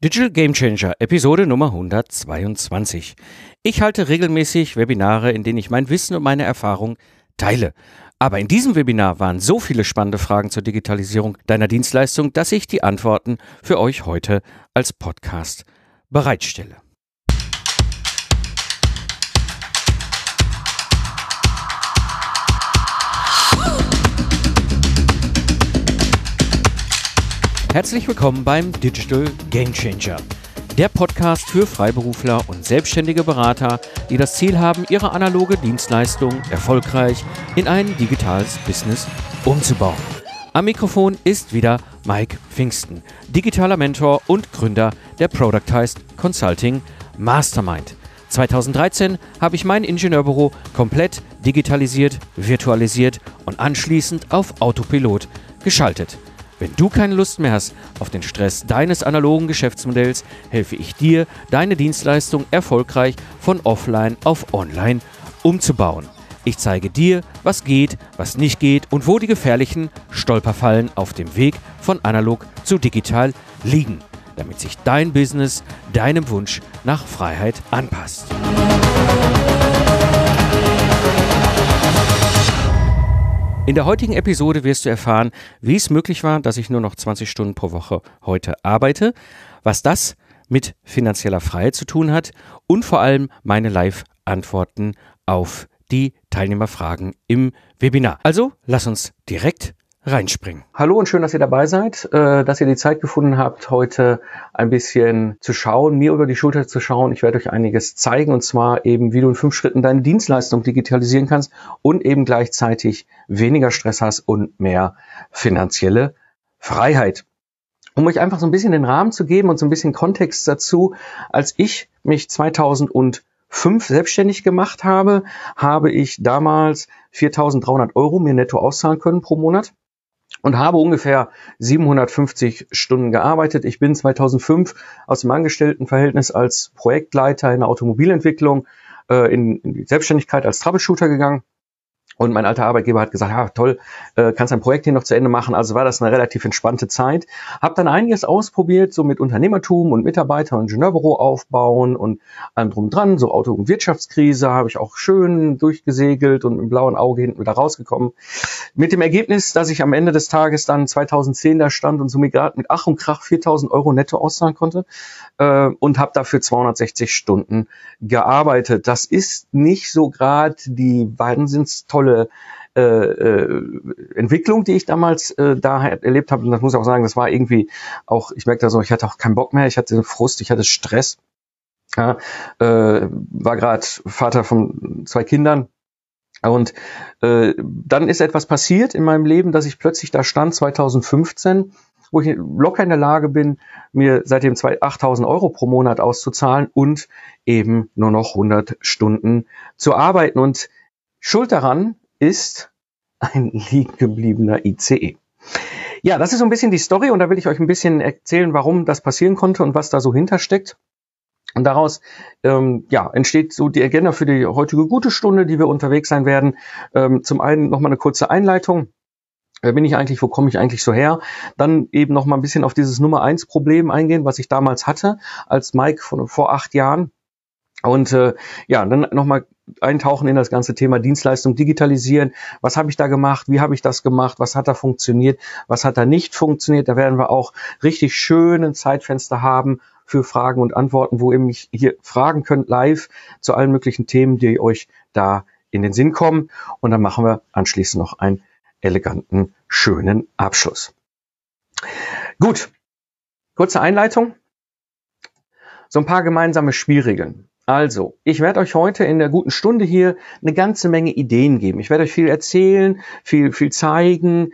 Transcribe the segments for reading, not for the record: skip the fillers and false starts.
Digital Game Changer, Episode Nummer 122. Ich halte regelmäßig Webinare, in denen ich mein Wissen und meine Erfahrung teile. Aber in diesem Webinar waren so viele spannende Fragen zur Digitalisierung deiner Dienstleistung, dass ich die Antworten für euch heute als Podcast bereitstelle. Herzlich willkommen beim Digital Game Changer, der Podcast für Freiberufler und selbstständige Berater, die das Ziel haben, ihre analoge Dienstleistung erfolgreich in ein digitales Business umzubauen. Am Mikrofon ist wieder Mike Pfingsten, digitaler Mentor und Gründer der Productized Consulting Mastermind. 2013 habe ich mein Ingenieurbüro komplett digitalisiert, virtualisiert und anschließend auf Autopilot geschaltet. Wenn du keine Lust mehr hast auf den Stress deines analogen Geschäftsmodells, helfe ich dir, deine Dienstleistung erfolgreich von offline auf online umzubauen. Ich zeige dir, was geht, was nicht geht und wo die gefährlichen Stolperfallen auf dem Weg von analog zu digital liegen, damit sich dein Business deinem Wunsch nach Freiheit anpasst. In der heutigen Episode wirst du erfahren, wie es möglich war, dass ich nur noch 20 Stunden pro Woche heute arbeite, was das mit finanzieller Freiheit zu tun hat und vor allem meine Live-Antworten auf die Teilnehmerfragen im Webinar. Also lass uns direkt reinspringen. Hallo und schön, dass ihr dabei seid, dass ihr die Zeit gefunden habt, heute ein bisschen zu schauen, mir über die Schulter zu schauen. Ich werde euch einiges zeigen, und zwar eben, wie du in 5 Schritten deine Dienstleistung digitalisieren kannst und eben gleichzeitig weniger Stress hast und mehr finanzielle Freiheit. Um euch einfach so ein bisschen den Rahmen zu geben und so ein bisschen Kontext dazu: Als ich mich 2005 selbstständig gemacht habe, habe ich damals 4.300 € mir netto auszahlen können pro Monat und habe ungefähr 750 Stunden gearbeitet. Ich bin 2005 aus dem Angestelltenverhältnis als Projektleiter in der Automobilentwicklung in die Selbstständigkeit als Troubleshooter gegangen. Und mein alter Arbeitgeber hat gesagt, ja toll, kannst dein Projekt hier noch zu Ende machen. Also war das eine relativ entspannte Zeit. Hab dann einiges ausprobiert, so mit Unternehmertum und Mitarbeiter- und Ingenieurbüro aufbauen und allem drum dran. So Auto- und Wirtschaftskrise habe ich auch schön durchgesegelt und mit dem blauen Auge hinten wieder rausgekommen. Mit dem Ergebnis, dass ich am Ende des Tages dann 2010 da stand und somit gerade mit Ach und Krach 4.000 € netto auszahlen konnte und habe dafür 260 Stunden gearbeitet. Das ist nicht so gerade die wahnsinns tolle Entwicklung, die ich damals da erlebt habe. Und das muss ich auch sagen, das war irgendwie auch, ich merkte so, ich hatte auch keinen Bock mehr, ich hatte Frust, ich hatte Stress. Ja, war gerade Vater von 2 Kindern. Und dann ist etwas passiert in meinem Leben, dass ich plötzlich da stand, 2015, wo ich locker in der Lage bin, mir seitdem 8.000 € pro Monat auszuzahlen und eben nur noch 100 Stunden zu arbeiten. Und Schuld daran ist ein liegen gebliebener ICE. Ja, das ist so ein bisschen die Story, und da will ich euch ein bisschen erzählen, warum das passieren konnte und was da so hintersteckt. Und daraus entsteht so die Agenda für die heutige gute Stunde, die wir unterwegs sein werden. Zum einen nochmal eine kurze Einleitung. Wer bin ich eigentlich, wo komme ich eigentlich so her? Dann eben nochmal ein bisschen auf dieses Nummer 1 Problem eingehen, was ich damals hatte als Mike vor 8 Jahren. Und dann nochmal eintauchen in das ganze Thema Dienstleistung digitalisieren. Was habe ich da gemacht? Wie habe ich das gemacht? Was hat da funktioniert? Was hat da nicht funktioniert? Da werden wir auch richtig schön ein Zeitfenster haben für Fragen und Antworten, wo ihr mich hier fragen könnt live zu allen möglichen Themen, die euch da in den Sinn kommen. Und dann machen wir anschließend noch einen eleganten, schönen Abschluss. Gut, kurze Einleitung. So ein paar gemeinsame Spielregeln. Also, ich werde euch heute in der guten Stunde hier eine ganze Menge Ideen geben. Ich werde euch viel erzählen, viel zeigen.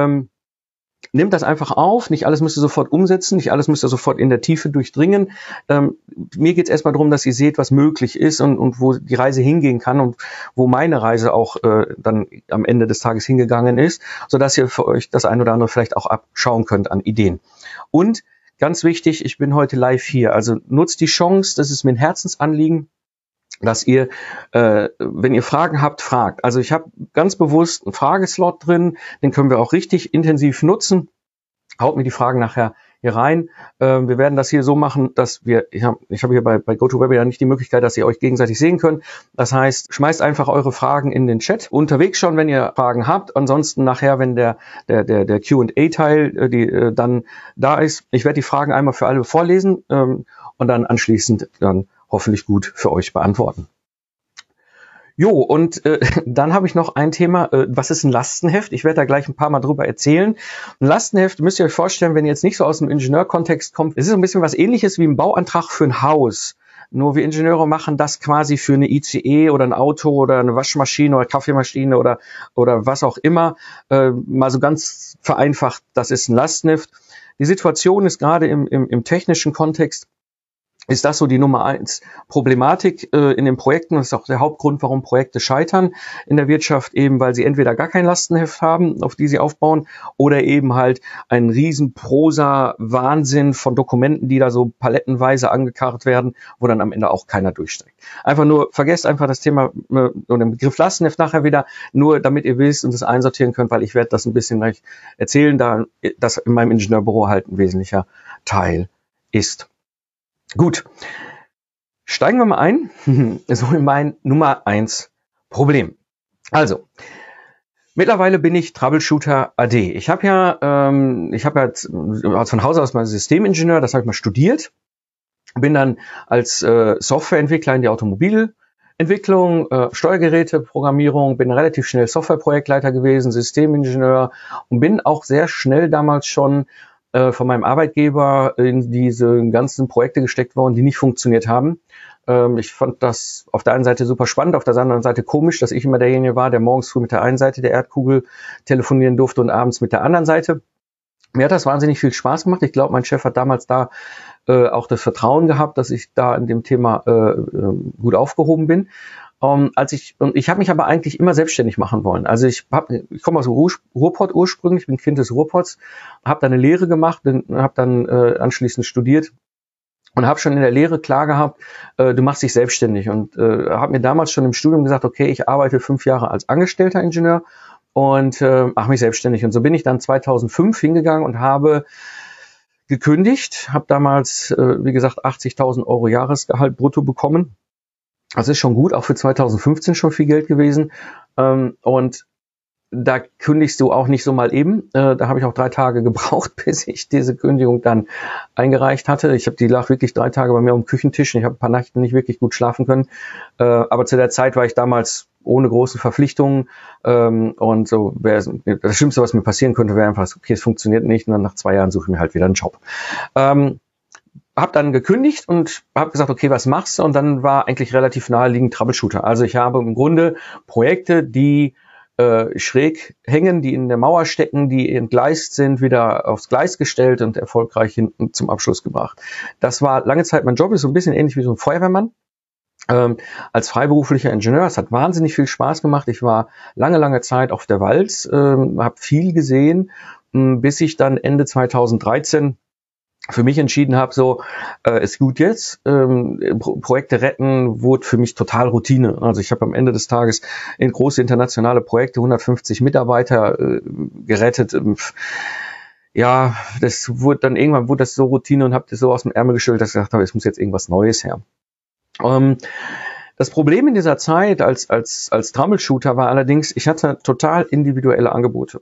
Nehmt das einfach auf. Nicht alles müsst ihr sofort umsetzen, nicht alles müsst ihr sofort in der Tiefe durchdringen. Mir geht es erstmal darum, dass ihr seht, was möglich ist und wo die Reise hingehen kann und wo meine Reise auch dann am Ende des Tages hingegangen ist, sodass ihr für euch das ein oder andere vielleicht auch abschauen könnt an Ideen. Und ganz wichtig, ich bin heute live hier, also nutzt die Chance, das ist mir ein Herzensanliegen, dass ihr, wenn ihr Fragen habt, fragt. Also ich habe ganz bewusst einen Frageslot drin, den können wir auch richtig intensiv nutzen. Haut mir die Fragen nachher hier rein. Wir werden das hier so machen, dass ich habe hier bei GoToWebinar nicht die Möglichkeit, dass ihr euch gegenseitig sehen könnt. Das heißt, schmeißt einfach eure Fragen in den Chat. Unterwegs schon, wenn ihr Fragen habt. Ansonsten nachher, wenn der Q&A-Teil dann da ist. Ich werde die Fragen einmal für alle vorlesen und dann anschließend dann hoffentlich gut für euch beantworten. Jo, und dann habe ich noch ein Thema, was ist ein Lastenheft? Ich werde da gleich ein paar Mal drüber erzählen. Ein Lastenheft, müsst ihr euch vorstellen, wenn ihr jetzt nicht so aus dem Ingenieurkontext kommt, es ist ein bisschen was Ähnliches wie ein Bauantrag für ein Haus. Nur wir Ingenieure machen das quasi für eine ICE oder ein Auto oder eine Waschmaschine oder Kaffeemaschine oder was auch immer. Mal so ganz vereinfacht, das ist ein Lastenheft. Die Situation ist gerade im technischen Kontext, ist das so die Nummer 1 Problematik in den Projekten. Das ist auch der Hauptgrund, warum Projekte scheitern in der Wirtschaft, eben weil sie entweder gar kein Lastenheft haben, auf die sie aufbauen, oder eben halt einen riesen Prosa-Wahnsinn von Dokumenten, die da so palettenweise angekarrt werden, wo dann am Ende auch keiner durchsteigt. Einfach nur, vergesst einfach das Thema und den Begriff Lastenheft nachher wieder, nur damit ihr wisst und das einsortieren könnt, weil ich werde das ein bisschen gleich erzählen, da das in meinem Ingenieurbüro halt ein wesentlicher Teil ist. Gut, steigen wir mal ein, so in mein Nummer 1 Problem. Also, mittlerweile bin ich Troubleshooter AD. Ich habe ja von Hause aus mal Systemingenieur, das habe ich mal studiert, bin dann als Softwareentwickler in die Automobilentwicklung, Steuergeräteprogrammierung, bin relativ schnell Softwareprojektleiter gewesen, Systemingenieur und bin auch sehr schnell damals schon von meinem Arbeitgeber in diese ganzen Projekte gesteckt worden, die nicht funktioniert haben. Ich fand das auf der einen Seite super spannend, auf der anderen Seite komisch, dass ich immer derjenige war, der morgens früh mit der einen Seite der Erdkugel telefonieren durfte und abends mit der anderen Seite. Mir hat das wahnsinnig viel Spaß gemacht. Ich glaube, mein Chef hat damals da auch das Vertrauen gehabt, dass ich da in dem Thema gut aufgehoben bin. Ich habe mich aber eigentlich immer selbstständig machen wollen. Also ich komme aus Ruhrpott ursprünglich, bin Kind des Ruhrpotts, habe dann eine Lehre gemacht, habe dann anschließend studiert und habe schon in der Lehre klar gehabt, du machst dich selbstständig und habe mir damals schon im Studium gesagt, okay, ich arbeite 5 Jahre als angestellter Ingenieur und mache mich selbstständig. Und so bin ich dann 2005 hingegangen und habe gekündigt, habe damals, wie gesagt, 80.000 € Jahresgehalt brutto bekommen. Das ist schon gut, auch für 2015 schon viel Geld gewesen. Und da kündigst du auch nicht so mal eben. Da habe ich auch 3 Tage gebraucht, bis ich diese Kündigung dann eingereicht hatte. Die lag wirklich 3 Tage bei mir am Küchentisch. Ich habe ein paar Nächte nicht wirklich gut schlafen können. Aber zu der Zeit war ich damals ohne große Verpflichtungen. Und so das Schlimmste, was mir passieren könnte, wäre einfach, okay, es funktioniert nicht. Und dann nach 2 Jahren suche ich mir halt wieder einen Job. Habe dann gekündigt und habe gesagt, okay, was machst du? Und dann war eigentlich relativ naheliegend Troubleshooter. Also ich habe im Grunde Projekte, die schräg hängen, die in der Mauer stecken, die entgleist sind, wieder aufs Gleis gestellt und erfolgreich hinten zum Abschluss gebracht. Das war lange Zeit mein Job, ist so ein bisschen ähnlich wie so ein Feuerwehrmann. Als freiberuflicher Ingenieur, es hat wahnsinnig viel Spaß gemacht. Ich war lange Zeit auf der Walz, habe viel gesehen, bis ich dann Ende 2013 für mich entschieden habe, so ist gut jetzt. Projekte retten wurde für mich total Routine. Also ich habe am Ende des Tages in große internationale Projekte 150 Mitarbeiter gerettet. Ja, irgendwann wurde das so Routine und habe das so aus dem Ärmel geschüttelt, dass ich gesagt habe, es muss jetzt irgendwas Neues her. Das Problem in dieser Zeit als Troubleshooter war allerdings, ich hatte total individuelle Angebote.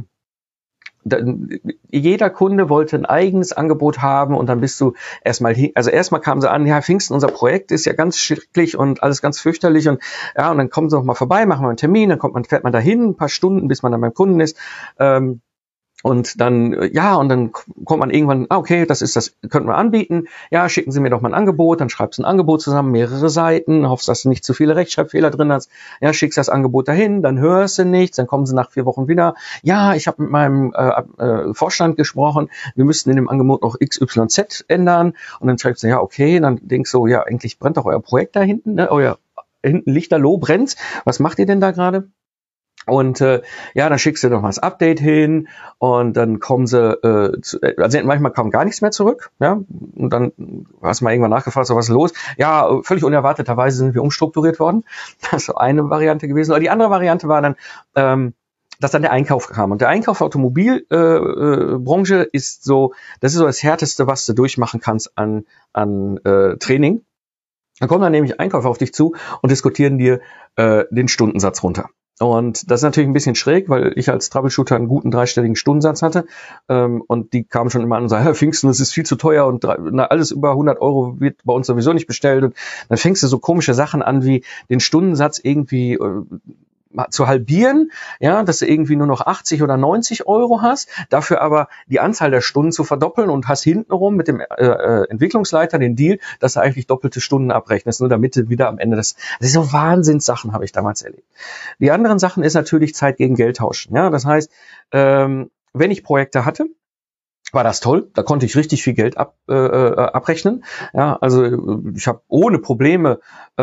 Jeder Kunde wollte ein eigenes Angebot haben und dann bist du erstmal kamen sie an, ja, Pfingsten, unser Projekt ist ja ganz schrecklich und alles ganz fürchterlich und ja, und dann kommen sie noch mal vorbei, machen wir einen Termin, dann fährt man dahin, ein paar Stunden, bis man dann beim Kunden ist. Und dann kommt man irgendwann, okay, das könnten wir anbieten. Ja, schicken Sie mir doch mal ein Angebot, dann schreibst du ein Angebot zusammen, mehrere Seiten, hoffst, dass du nicht zu viele Rechtschreibfehler drin hast. Ja, schickst das Angebot dahin, dann hörst du nichts, dann kommen sie nach 4 Wochen wieder. Ja, ich habe mit meinem Vorstand gesprochen, wir müssten in dem Angebot noch XYZ ändern. Und dann schreibst du, ja, okay, dann denkst du, ja, eigentlich brennt doch euer Projekt da hinten, ne? Hinten Lichterloh brennt. Was macht ihr denn da gerade? Und dann schickst du noch mal das Update hin und dann kommen sie, manchmal kam gar nichts mehr zurück, ja, und dann hast du mal irgendwann nachgefragt, so was ist los? Ja, völlig unerwarteterweise sind wir umstrukturiert worden. Das ist so eine Variante gewesen. Oder die andere Variante war dann, dass dann der Einkauf kam. Und der Einkauf Automobilbranche ist so, das ist so das Härteste, was du durchmachen kannst an Training. Dann kommt dann nämlich Einkäufer auf dich zu und diskutieren dir den Stundensatz runter. Und das ist natürlich ein bisschen schräg, weil ich als Troubleshooter einen guten dreistelligen Stundensatz hatte. Und die kamen schon immer an und sagten, Herr Pfingsten, das ist viel zu teuer und alles über 100 Euro wird bei uns sowieso nicht bestellt. Und dann fängst du so komische Sachen an, wie den Stundensatz irgendwie zu halbieren, ja, dass du irgendwie nur noch 80 oder 90 Euro hast, dafür aber die Anzahl der Stunden zu verdoppeln und hast hintenrum mit dem Entwicklungsleiter den Deal, dass du eigentlich doppelte Stunden abrechnest, nur damit du wieder am Ende das ist so Wahnsinnssachen, habe ich damals erlebt. Die anderen Sachen ist natürlich Zeit gegen Geld tauschen, ja, das heißt, wenn ich Projekte hatte, war das toll, da konnte ich richtig viel Geld abrechnen, ja, also ich habe ohne Probleme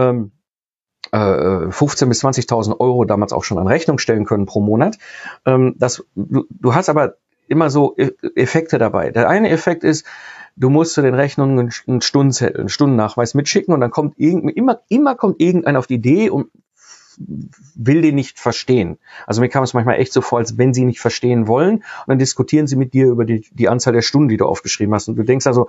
15.000 bis 20.000 Euro damals auch schon an Rechnung stellen können pro Monat. Du hast aber immer so Effekte dabei. Der eine Effekt ist, du musst zu den Rechnungen einen Stundenzettel, einen Stundennachweis mitschicken und dann kommt immer kommt irgendeiner auf die Idee und will den nicht verstehen. Also mir kam es manchmal echt so vor, als wenn sie nicht verstehen wollen und dann diskutieren sie mit dir über die Anzahl der Stunden, die du aufgeschrieben hast und du denkst also,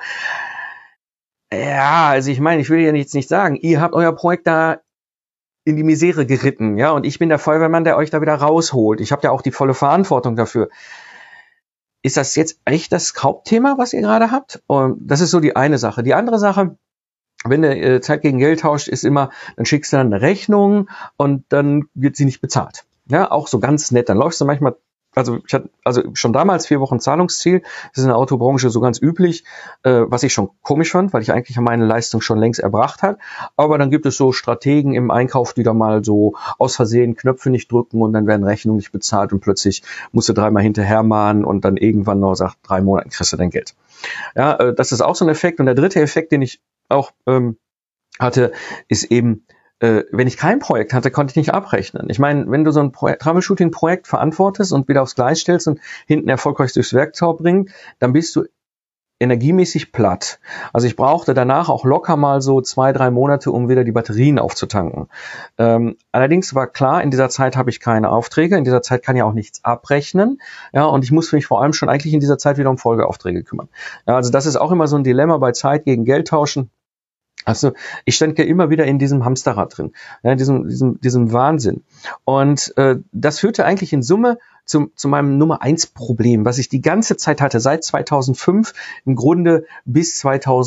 ja, also ich meine, ich will ja jetzt nicht sagen, ihr habt euer Projekt da in die Misere geritten, ja, und ich bin der Feuerwehrmann, der euch da wieder rausholt. Ich habe ja auch die volle Verantwortung dafür. Ist das jetzt echt das Hauptthema, was ihr gerade habt? Und das ist so die eine Sache. Die andere Sache, wenn du Zeit gegen Geld tauscht, ist immer, dann schickst du dann eine Rechnung und dann wird sie nicht bezahlt. Ja, auch so ganz nett. Dann läufst du manchmal, ich hatte schon damals 4 Wochen Zahlungsziel. Das ist in der Autobranche so ganz üblich, was ich schon komisch fand, weil ich eigentlich meine Leistung schon längst erbracht habe. Aber dann gibt es so Strategen im Einkauf, die da mal so aus Versehen Knöpfe nicht drücken und dann werden Rechnungen nicht bezahlt und plötzlich musst du 3-mal hinterher mahnen und dann irgendwann noch sagt, 3 Monaten kriegst du dein Geld. Ja, das ist auch so ein Effekt. Und der dritte Effekt, den ich auch hatte, ist eben, wenn ich kein Projekt hatte, konnte ich nicht abrechnen. Ich meine, wenn du so ein Troubleshooting-Projekt verantwortest und wieder aufs Gleis stellst und hinten erfolgreich durchs Werkzeug bringst, dann bist du energiemäßig platt. Also ich brauchte danach auch locker mal so 2-3 Monate, um wieder die Batterien aufzutanken. Allerdings war klar, in dieser Zeit habe ich keine Aufträge, in dieser Zeit kann ich auch nichts abrechnen. Ja, und ich muss mich vor allem schon eigentlich in dieser Zeit wieder um Folgeaufträge kümmern. Ja, also das ist auch immer so ein Dilemma bei Zeit gegen Geld tauschen. Also ich stand ja immer wieder in diesem Hamsterrad drin, ja, diesem Wahnsinn. Und das führte eigentlich in Summe zu meinem Nummer 1 Problem, was ich die ganze Zeit hatte, seit 2005, im Grunde bis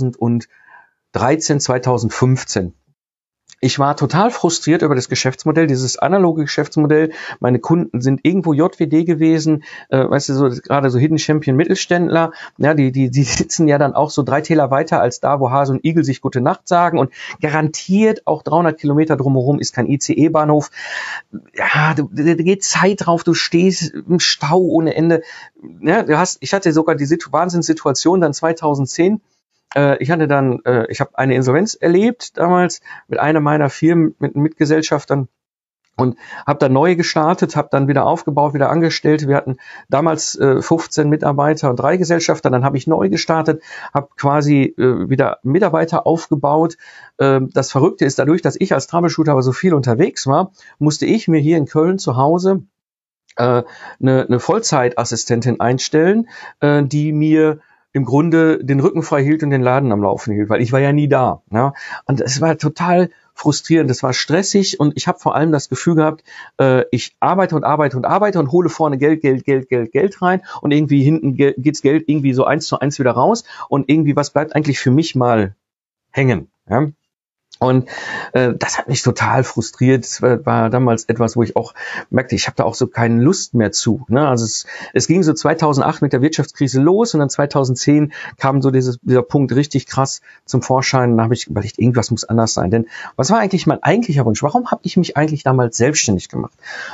2013, 2015. Ich war total frustriert über das Geschäftsmodell, dieses analoge Geschäftsmodell. Meine Kunden sind irgendwo JWD gewesen, weißt du, so gerade so Hidden Champion Mittelständler. Ja, die sitzen ja dann auch so 3 Täler weiter als da, wo Hase und Igel sich gute Nacht sagen und garantiert auch 300 Kilometer drumherum ist kein ICE-Bahnhof. Ja, da geht Zeit drauf, du stehst im Stau ohne Ende. Ja, ich hatte sogar die Wahnsinnssituation dann 2010. Ich habe eine Insolvenz erlebt damals mit einer meiner Firmen, mit Mitgesellschaftern und habe dann neu gestartet, habe dann wieder aufgebaut, wieder angestellt. Wir hatten damals 15 Mitarbeiter und 3 Gesellschafter. Dann habe ich neu gestartet, habe quasi wieder Mitarbeiter aufgebaut. Das Verrückte ist, dadurch, dass ich als Troubleshooter aber so viel unterwegs war, musste ich mir hier in Köln zu Hause eine Vollzeitassistentin einstellen, die mir im Grunde den Rücken frei hielt und den Laden am Laufen hielt, weil ich war ja nie da. Ja? Und es war total frustrierend, es war stressig und ich habe vor allem das Gefühl gehabt, ich arbeite und hole vorne Geld rein und irgendwie hinten geht's Geld irgendwie so 1:1 wieder raus und irgendwie was bleibt eigentlich für mich mal hängen. Ja? Und das hat mich total frustriert. Das war damals etwas, wo ich auch merkte, ich habe da auch so keine Lust mehr zu. Ne? Also es ging so 2008 mit der Wirtschaftskrise los und dann 2010 kam so dieser Punkt richtig krass zum Vorschein. Und dann habe ich überlegt, irgendwas muss anders sein. Denn was war eigentlich mein eigentlicher Wunsch? Warum habe ich mich eigentlich damals selbstständig gemacht?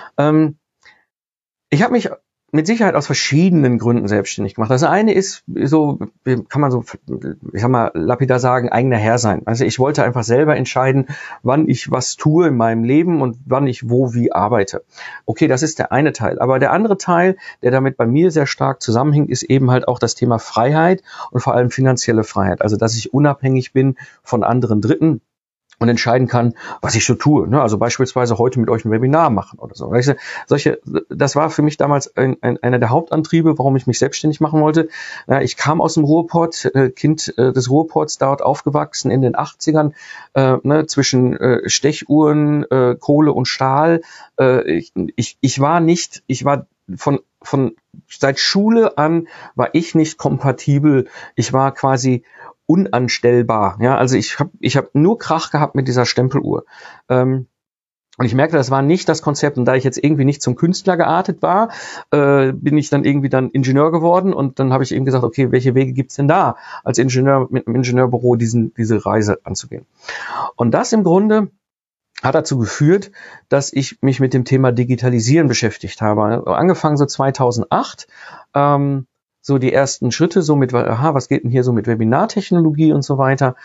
Ich habe mich mit Sicherheit aus verschiedenen Gründen selbstständig gemacht. Das eine ist so, kann man so, ich sag mal, lapidar sagen, eigener Herr sein. Also ich wollte einfach selber entscheiden, wann ich was tue in meinem Leben und wann ich wo wie arbeite. Okay, das ist der eine Teil. Aber der andere Teil, der damit bei mir sehr stark zusammenhängt, ist eben halt auch das Thema Freiheit und vor allem finanzielle Freiheit. Also dass ich unabhängig bin von anderen Dritten. und entscheiden kann, was ich so tue. Ne? Also beispielsweise heute mit euch ein Webinar machen oder so. Das war für mich damals einer der Hauptantriebe, warum ich mich selbstständig machen wollte. Ja, ich kam aus dem Ruhrpott, Kind des Ruhrpots, dort aufgewachsen in den 80ern, zwischen Stechuhren, Kohle und Stahl. Ich war seit Schule an war ich nicht kompatibel. Ich war quasi unanstellbar. Ja, also ich hab nur Krach gehabt mit dieser Stempeluhr. Und ich merkte, das war nicht das Konzept. Und da ich jetzt irgendwie nicht zum Künstler geartet war, bin ich dann irgendwie Ingenieur geworden. Und dann habe ich eben gesagt, okay, welche Wege gibt's denn da, als Ingenieur mit einem Ingenieurbüro diese Reise anzugehen? Und das im Grunde hat dazu geführt, dass ich mich mit dem Thema Digitalisieren beschäftigt habe. Angefangen so 2008, so die ersten Schritte, so mit, was geht denn hier so mit Webinartechnologie und so weiter.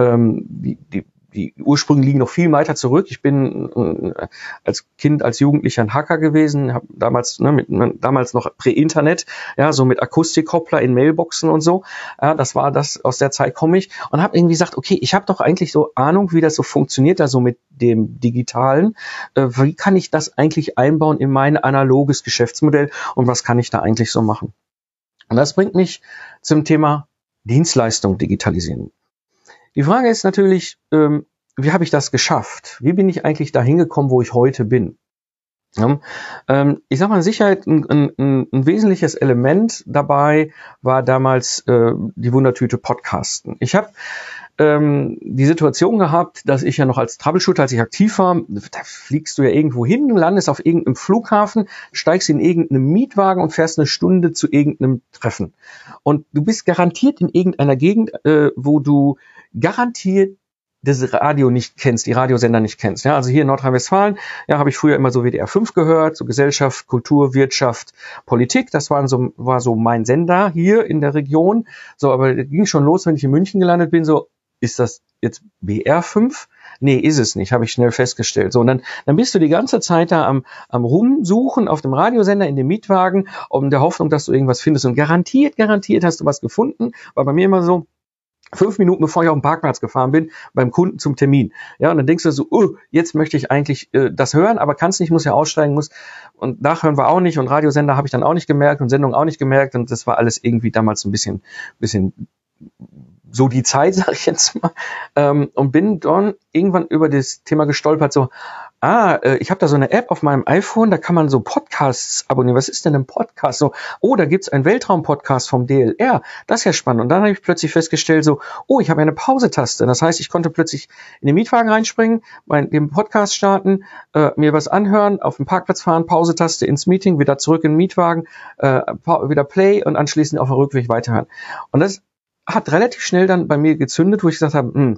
Die Ursprünge liegen noch viel weiter zurück. Ich bin als Kind, als Jugendlicher ein Hacker gewesen, habe damals damals noch Prä-Internet, ja, so mit Akustikkoppler in Mailboxen und so. Ja, das war das, aus der Zeit komme ich und habe irgendwie gesagt, okay, ich habe doch eigentlich so Ahnung, wie das so funktioniert, da so mit dem Digitalen. Wie kann ich das eigentlich einbauen in mein analoges Geschäftsmodell und was kann ich da eigentlich so machen? Und das bringt mich zum Thema Dienstleistung digitalisieren. Die Frage ist natürlich, wie habe ich das geschafft? Wie bin ich eigentlich dahin gekommen, wo ich heute bin? Ja, ich sag mal, Sicherheit, ein wesentliches Element dabei war damals die Wundertüte Podcasten. Ich habe die Situation gehabt, dass ich ja noch als Troubleshooter, als ich aktiv war, da fliegst du ja irgendwo hin, landest auf irgendeinem Flughafen, steigst in irgendeinem Mietwagen und fährst eine Stunde zu irgendeinem Treffen. Und du bist garantiert in irgendeiner Gegend, wo du garantiert das Radio nicht kennst, die Radiosender nicht kennst. Ja, also hier in Nordrhein-Westfalen, ja, habe ich früher immer so WDR 5 gehört, so Gesellschaft, Kultur, Wirtschaft, Politik. Das war so mein Sender hier in der Region. So, aber das ging schon los, wenn ich in München gelandet bin, so, ist das jetzt BR 5? Nee, ist es nicht, habe ich schnell festgestellt. So, und dann bist du die ganze Zeit da am Rumsuchen auf dem Radiosender in dem Mietwagen, in der Hoffnung, dass du irgendwas findest. Und garantiert hast du was gefunden. War bei mir immer so, 5 Minuten bevor ich auf den Parkplatz gefahren bin, beim Kunden zum Termin. Ja, und dann denkst du so, jetzt möchte ich eigentlich das hören, aber kannst nicht, muss ja aussteigen, und nachhören wir auch nicht und Radiosender habe ich dann auch nicht gemerkt und Sendung auch nicht gemerkt und das war alles irgendwie damals ein bisschen so die Zeit, sag ich jetzt mal, und bin dann irgendwann über das Thema gestolpert, so, ich habe da so eine App auf meinem iPhone, da kann man so Podcasts abonnieren. Was ist denn ein Podcast? So, da gibt's einen Weltraum-Podcast vom DLR. Das ist ja spannend. Und dann habe ich plötzlich festgestellt, so, ich habe eine Pause-Taste. Das heißt, ich konnte plötzlich in den Mietwagen reinspringen, den Podcast starten, mir was anhören, auf den Parkplatz fahren, Pause-Taste ins Meeting, wieder zurück in den Mietwagen, wieder Play und anschließend auf dem Rückweg weiterhören. Und das hat relativ schnell dann bei mir gezündet, wo ich gesagt habe,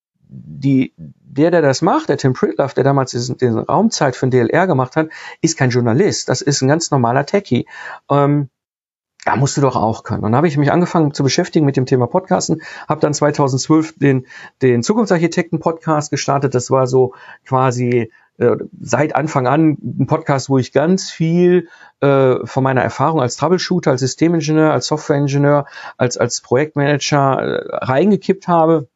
der das macht, der Tim Pritlove, der damals diesen Raumzeit für den DLR gemacht hat, ist kein Journalist, das ist ein ganz normaler Techie. Da musst du doch auch können. Und dann habe ich mich angefangen zu beschäftigen mit dem Thema Podcasten, habe dann 2012 den Zukunftsarchitekten-Podcast gestartet. Das war so quasi seit Anfang an ein Podcast, wo ich ganz viel von meiner Erfahrung als Troubleshooter, als Systemingenieur, als Softwareingenieur, als Projektmanager reingekippt habe.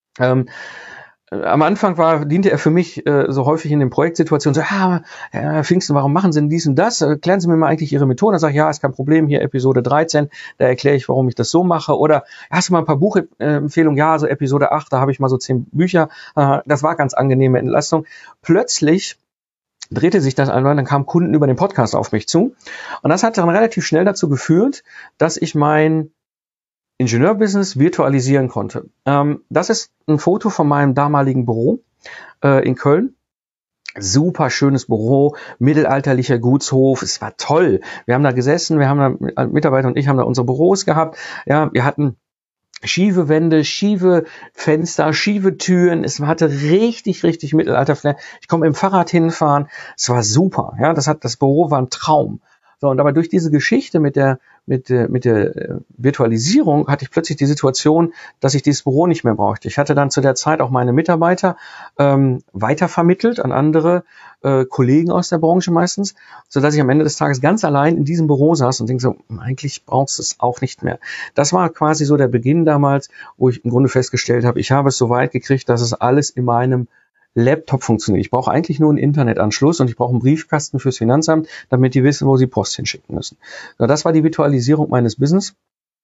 Am Anfang diente er für mich so häufig in den Projektsituationen so, Herr Pfingsten, warum machen Sie denn dies und das? Erklären Sie mir mal eigentlich Ihre Methode. Dann sage ich, ja, ist kein Problem, hier Episode 13, da erkläre ich, warum ich das so mache. Oder hast du mal ein paar Buchempfehlungen? Ja, so Episode 8, da habe ich mal so 10 Bücher. Das war ganz angenehme Entlastung. Plötzlich drehte sich das an und dann kamen Kunden über den Podcast auf mich zu. Und das hat dann relativ schnell dazu geführt, dass ich mein Ingenieurbusiness virtualisieren konnte. Das ist ein Foto von meinem damaligen Büro in Köln. Super schönes Büro, mittelalterlicher Gutshof, es war toll. Wir haben da gesessen, Mitarbeiter und ich haben da unsere Büros gehabt. Ja, wir hatten schiefe Wände, schiefe Fenster, schiefe Türen. Es hatte richtig, richtig Mittelalter-Flair. Ich konnte mit dem Fahrrad hinfahren. Es war super. Ja, das Büro war ein Traum. So, und aber durch diese Geschichte mit der Virtualisierung hatte ich plötzlich die Situation, dass ich dieses Büro nicht mehr brauchte. Ich hatte dann zu der Zeit auch meine Mitarbeiter weitervermittelt an andere Kollegen aus der Branche meistens, sodass ich am Ende des Tages ganz allein in diesem Büro saß und denke so, eigentlich brauchst du es auch nicht mehr. Das war quasi so der Beginn damals, wo ich im Grunde festgestellt habe, ich habe es so weit gekriegt, dass es alles in meinem Laptop funktioniert. Ich brauche eigentlich nur einen Internetanschluss und ich brauche einen Briefkasten fürs Finanzamt, damit die wissen, wo sie Post hinschicken müssen. So, das war die Virtualisierung meines Business.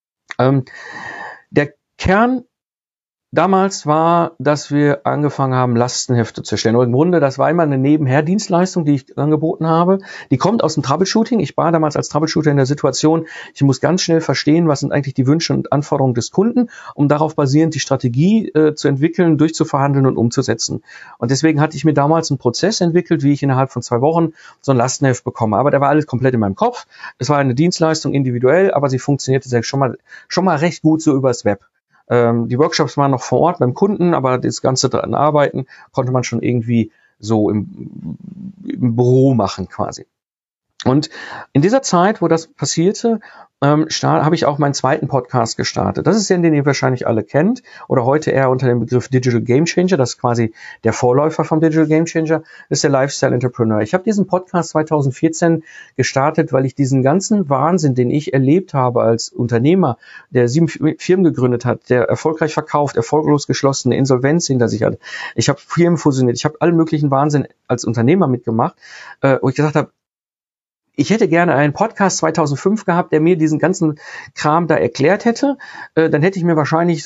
Der Kern damals war, dass wir angefangen haben, Lastenhefte zu erstellen. Und im Grunde, das war immer eine Nebenher-Dienstleistung, die ich angeboten habe. Die kommt aus dem Troubleshooting. Ich war damals als Troubleshooter in der Situation, ich muss ganz schnell verstehen, was sind eigentlich die Wünsche und Anforderungen des Kunden, um darauf basierend die Strategie zu entwickeln, durchzuverhandeln und umzusetzen. Und deswegen hatte ich mir damals einen Prozess entwickelt, wie ich innerhalb von 2 Wochen so ein Lastenheft bekomme. Aber der war alles komplett in meinem Kopf. Es war eine Dienstleistung individuell, aber sie funktionierte schon mal recht gut so übers Web. Die Workshops waren noch vor Ort beim Kunden, aber das Ganze dran arbeiten konnte man schon irgendwie so im Büro machen quasi. Und in dieser Zeit, wo das passierte, habe ich auch meinen zweiten Podcast gestartet. Das ist den ihr wahrscheinlich alle kennt oder heute eher unter dem Begriff Digital Game Changer. Das ist quasi der Vorläufer vom Digital Game Changer. Das ist der Lifestyle Entrepreneur. Ich habe diesen Podcast 2014 gestartet, weil ich diesen ganzen Wahnsinn, den ich erlebt habe als Unternehmer, der 7 Firmen gegründet hat, der erfolgreich verkauft, erfolglos geschlossen, eine Insolvenz hinter sich hat. Ich habe Firmen fusioniert. Ich habe allen möglichen Wahnsinn als Unternehmer mitgemacht, wo ich gesagt habe, ich hätte gerne einen Podcast 2005 gehabt, der mir diesen ganzen Kram da erklärt hätte. Dann hätte ich mir wahrscheinlich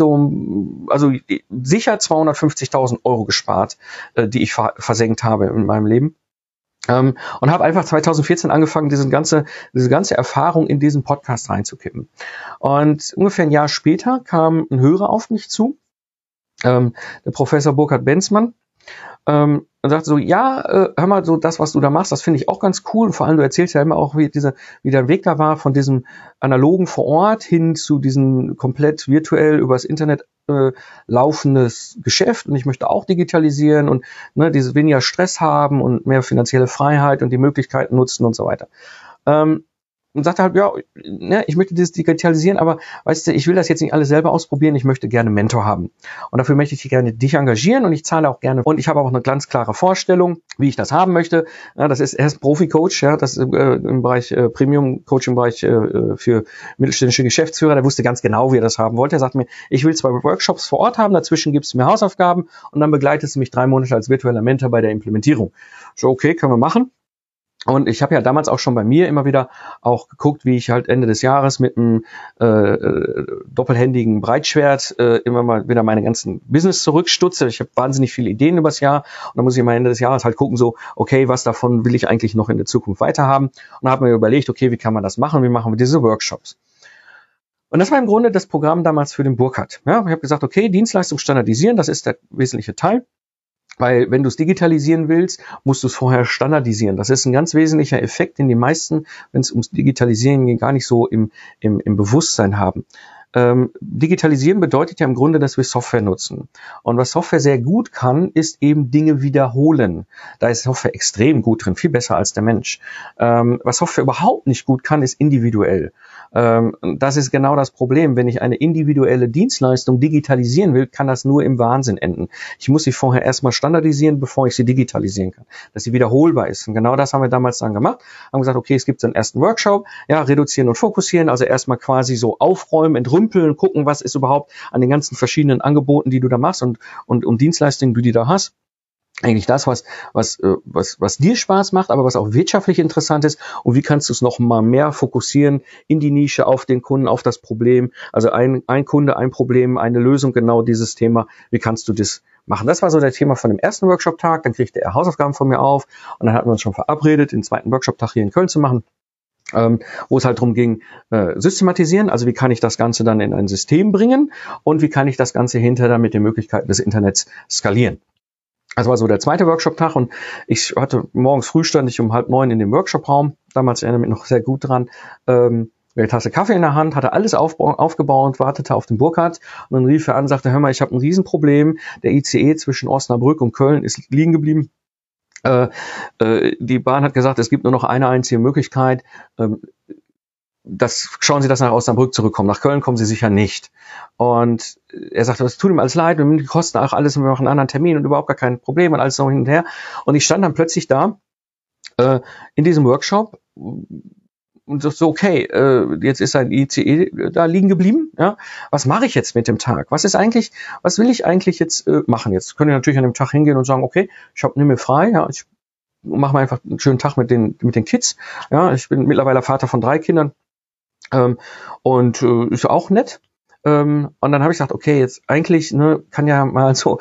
sicher 250.000 Euro gespart, die ich versenkt habe in meinem Leben. Und habe einfach 2014 angefangen, diese ganze Erfahrung in diesen Podcast reinzukippen. Und ungefähr ein Jahr später kam ein Hörer auf mich zu, der Professor Burkhard Benzmann, und sagt so, hör mal, so das, was du da machst, das finde ich auch ganz cool. Und vor allem, du erzählst ja immer auch, wie dein Weg da war, von diesem analogen vor Ort hin zu diesem komplett virtuell übers Internet laufendes Geschäft. Und ich möchte auch digitalisieren und dieses weniger Stress haben und mehr finanzielle Freiheit und die Möglichkeiten nutzen und so weiter. Und sagte halt, ich möchte das digitalisieren, aber weißt du, ich will das jetzt nicht alles selber ausprobieren, ich möchte gerne einen Mentor haben. Und dafür möchte ich gerne dich engagieren und ich zahle auch gerne. Und ich habe auch eine ganz klare Vorstellung, wie ich das haben möchte. Ja, er ist Profi-Coach, ja, das ist im Bereich Premium-Coach, im Bereich für mittelständische Geschäftsführer. Der wusste ganz genau, wie er das haben wollte. Er sagt mir, ich will 2 Workshops vor Ort haben, dazwischen gibst du mir Hausaufgaben und dann begleitest du mich 3 Monate als virtueller Mentor bei der Implementierung. So, okay, können wir machen. Und ich habe ja damals auch schon bei mir immer wieder auch geguckt, wie ich halt Ende des Jahres mit einem doppelhändigen Breitschwert immer mal wieder meine ganzen Business zurückstutze. Ich habe wahnsinnig viele Ideen übers Jahr und dann muss ich am Ende des Jahres halt gucken, so, okay, was davon will ich eigentlich noch in der Zukunft weiterhaben? Und habe mir überlegt, okay, wie kann man das machen? Wie machen wir diese Workshops? Und das war im Grunde das Programm damals für den Burkhard. Ja, ich habe gesagt, okay, Dienstleistung standardisieren, das ist der wesentliche Teil. Weil wenn du es digitalisieren willst, musst du es vorher standardisieren. Das ist ein ganz wesentlicher Effekt, den die meisten, wenn es ums Digitalisieren geht, gar nicht so im Bewusstsein haben. Digitalisieren bedeutet ja im Grunde, dass wir Software nutzen. Und was Software sehr gut kann, ist eben Dinge wiederholen. Da ist Software extrem gut drin, viel besser als der Mensch. Was Software überhaupt nicht gut kann, ist individuell. Das ist genau das Problem. Wenn ich eine individuelle Dienstleistung digitalisieren will, kann das nur im Wahnsinn enden. Ich muss sie vorher erstmal standardisieren, bevor ich sie digitalisieren kann, dass sie wiederholbar ist. Und genau das haben wir damals dann gemacht. Haben gesagt, okay, es gibt so einen ersten Workshop, ja, reduzieren und fokussieren, also erstmal quasi so aufräumen, entrümpeln, gucken, was ist überhaupt an den ganzen verschiedenen Angeboten, die du da machst und Dienstleistungen, die du da hast. Eigentlich das, was dir Spaß macht, aber was auch wirtschaftlich interessant ist. Und wie kannst du es noch mal mehr fokussieren in die Nische, auf den Kunden, auf das Problem? Also ein Kunde, ein Problem, eine Lösung, genau dieses Thema. Wie kannst du das machen? Das war so der Thema von dem ersten Workshop-Tag. Dann kriegte er Hausaufgaben von mir auf. Und dann hatten wir uns schon verabredet, den zweiten Workshop-Tag hier in Köln zu machen. Wo es halt darum ging, systematisieren, also wie kann ich das Ganze dann in ein System bringen und wie kann ich das Ganze hinterher mit den Möglichkeiten des Internets skalieren. Das war so der zweite Workshop-Tag und ich hatte morgens früh stand ich um 8:30 in dem Workshop-Raum, damals erinnere ich mich noch sehr gut dran, eine Tasse Kaffee in der Hand, hatte alles aufgebaut, wartete auf den Burkhard und dann rief er an, sagte, hör mal, ich habe ein Riesenproblem, der ICE zwischen Osnabrück und Köln ist liegen geblieben. Die Bahn hat gesagt, es gibt nur noch eine einzige Möglichkeit, schauen Sie, dass nach Osnabrück zurückkommen. Nach Köln kommen Sie sicher nicht. Und er sagte, es tut ihm alles leid, wir kosten auch alles, wir machen einen anderen Termin und überhaupt gar kein Problem und alles so hin und her. Und ich stand dann plötzlich da in diesem Workshop und so, okay, jetzt ist ein ICE da liegen geblieben. Ja, was mache ich jetzt mit dem Tag? Was will ich eigentlich jetzt machen? Jetzt könnt ihr natürlich an dem Tag hingehen und sagen, okay, nimm mir frei, ja, ich mache mal einfach einen schönen Tag mit den Kids. Ja, ich bin mittlerweile Vater von 3 Kindern und ist auch nett. Und dann habe ich gesagt, okay, jetzt eigentlich kann ja mal so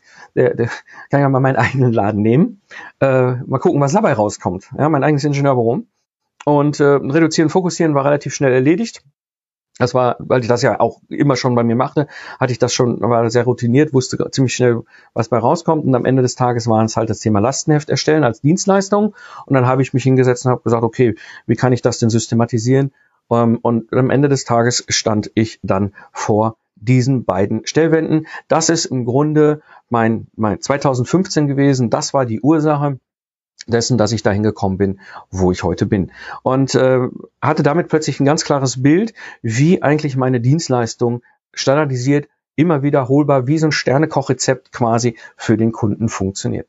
kann ja mal meinen eigenen Laden nehmen, mal gucken, was dabei rauskommt. Ja, mein eigenes Ingenieurbüro. Und reduzieren, fokussieren war relativ schnell erledigt. Das war, weil ich das ja auch immer schon bei mir machte, war sehr routiniert, wusste ziemlich schnell, was bei rauskommt. Und am Ende des Tages war es halt das Thema Lastenheft erstellen als Dienstleistung. Und dann habe ich mich hingesetzt und habe gesagt, okay, wie kann ich das denn systematisieren? Und am Ende des Tages stand ich dann vor diesen beiden Stellwänden. Das ist im Grunde mein 2015 gewesen. Das war die Ursache dessen, dass ich dahin gekommen bin, wo ich heute bin. Und hatte damit plötzlich ein ganz klares Bild, wie eigentlich meine Dienstleistung standardisiert, immer wiederholbar, wie so ein Sternekochrezept quasi für den Kunden funktioniert.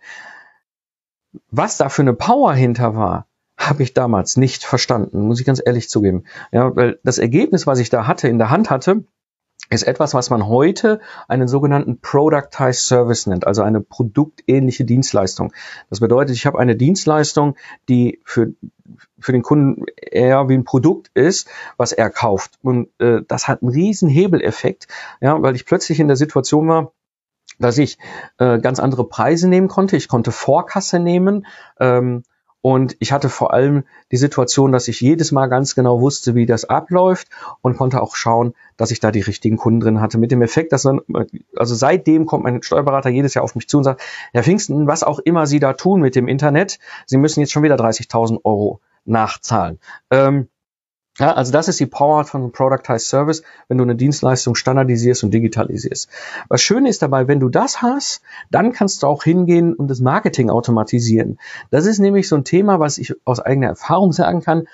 Was da für eine Power hinter war, habe ich damals nicht verstanden, muss ich ganz ehrlich zugeben. Ja, weil das Ergebnis, was ich da in der Hand hatte, ist etwas, was man heute einen sogenannten Productized Service nennt, also eine produktähnliche Dienstleistung. Das bedeutet, ich habe eine Dienstleistung, die für den Kunden eher wie ein Produkt ist, was er kauft. Und das hat einen riesen Hebeleffekt, ja, weil ich plötzlich in der Situation war, dass ich ganz andere Preise nehmen konnte. Ich konnte Vorkasse nehmen. Und ich hatte vor allem die Situation, dass ich jedes Mal ganz genau wusste, wie das abläuft und konnte auch schauen, dass ich da die richtigen Kunden drin hatte. Mit dem Effekt, dass dann, also seitdem kommt mein Steuerberater jedes Jahr auf mich zu und sagt, Herr Pfingsten, was auch immer Sie da tun mit dem Internet, Sie müssen jetzt schon wieder 30.000 Euro nachzahlen. Ja, also das ist die Power von einem Productized Service, wenn du eine Dienstleistung standardisierst und digitalisierst. Was schön ist dabei, wenn du das hast, dann kannst du auch hingehen und das Marketing automatisieren. Das ist nämlich so ein Thema, was ich aus eigener Erfahrung sagen kann.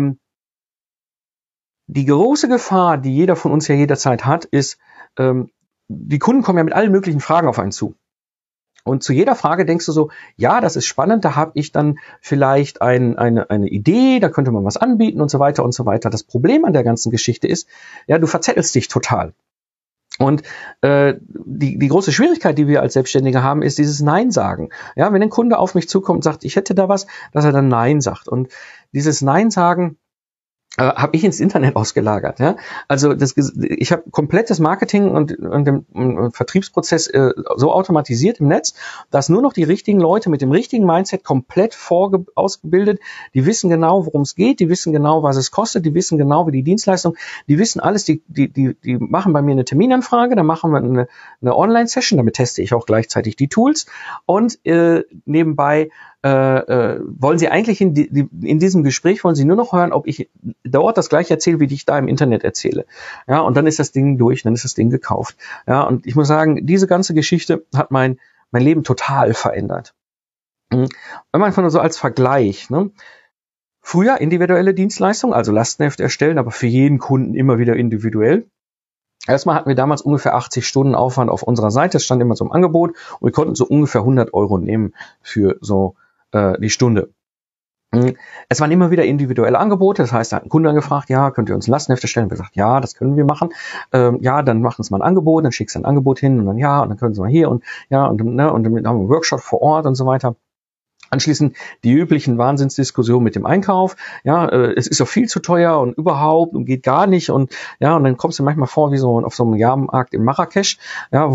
Die große Gefahr, die jeder von uns ja jederzeit hat, ist, die Kunden kommen ja mit allen möglichen Fragen auf einen zu. Und zu jeder Frage denkst du so, ja, das ist spannend, da habe ich dann vielleicht eine Idee, da könnte man was anbieten und so weiter und so weiter. Das Problem an der ganzen Geschichte ist, ja, du verzettelst dich total. Und die große Schwierigkeit, die wir als Selbstständige haben, ist dieses Nein sagen. Ja, wenn ein Kunde auf mich zukommt und sagt, ich hätte da was, dass er dann Nein sagt. Und dieses Nein sagen habe ich ins Internet ausgelagert. Ja? Also ich habe komplettes Marketing und den Vertriebsprozess so automatisiert im Netz, dass nur noch die richtigen Leute mit dem richtigen Mindset komplett ausgebildet, die wissen genau, worum es geht, die wissen genau, was es kostet, die wissen genau, wie die Dienstleistung, die wissen alles, die machen bei mir eine Terminanfrage, dann machen wir eine Online-Session, damit teste ich auch gleichzeitig die Tools und nebenbei wollen Sie eigentlich in diesem Gespräch, wollen Sie nur noch hören, ob ich dort das gleiche erzähle, wie ich da im Internet erzähle. Ja, und dann ist das Ding durch, dann ist das Ding gekauft. Ja, und ich muss sagen, diese ganze Geschichte hat mein Leben total verändert. Wenn man einfach nur so als Vergleich, ne? Früher individuelle Dienstleistung, also Lastenheft erstellen, aber für jeden Kunden immer wieder individuell. Erstmal hatten wir damals ungefähr 80 Stunden Aufwand auf unserer Seite, es stand immer so im Angebot und wir konnten so ungefähr 100 Euro nehmen für so die Stunde. Es waren immer wieder individuelle Angebote, das heißt, da hat ein Kunde angefragt, ja, könnt ihr uns ein Lastenheft erstellen? Und wir gesagt, ja, das können wir machen. Ja, dann machen Sie mal ein Angebot, dann schickst du ein Angebot hin und dann ja, und dann können Sie mal hier und ja, und dann haben wir einen Workshop vor Ort und so weiter. Anschließend die üblichen Wahnsinnsdiskussionen mit dem Einkauf. Ja, es ist doch viel zu teuer und überhaupt und geht gar nicht und ja, und dann kommst du manchmal vor wie so auf so einem Jahrmarkt in Marrakesch. Ja,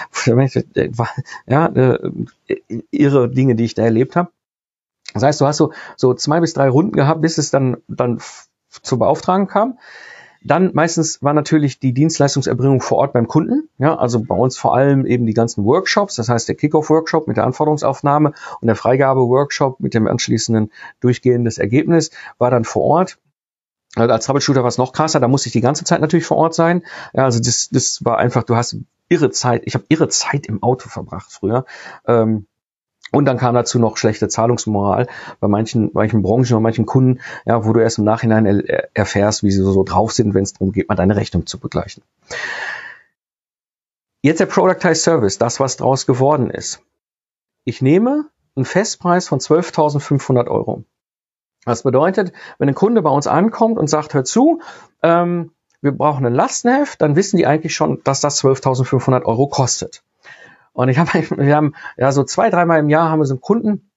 irre Dinge, die ich da erlebt habe. Das heißt, du hast so 2 bis 3 Runden gehabt, bis es dann zur Beauftragung kam. Dann meistens war natürlich die Dienstleistungserbringung vor Ort beim Kunden. Ja, also bei uns vor allem eben die ganzen Workshops, das heißt der Kick-Off-Workshop mit der Anforderungsaufnahme und der Freigabe-Workshop mit dem anschließenden durchgehendes Ergebnis war dann vor Ort. Als Troubleshooter war es noch krasser, da musste ich die ganze Zeit natürlich vor Ort sein. Ja, also das war einfach, du hast irre Zeit, ich habe irre Zeit im Auto verbracht früher. Und dann kam dazu noch schlechte Zahlungsmoral bei manchen Branchen und manchen Kunden, ja, wo du erst im Nachhinein erfährst, wie sie so drauf sind, wenn es darum geht, mal deine Rechnung zu begleichen. Jetzt der Productized Service, das, was draus geworden ist. Ich nehme einen Festpreis von 12.500 Euro. Das bedeutet, wenn ein Kunde bei uns ankommt und sagt, hör zu, wir brauchen ein Lastenheft, dann wissen die eigentlich schon, dass das 12.500 € kostet. Und wir haben ja so 2-3 Mal im Jahr haben wir so einen Kunden,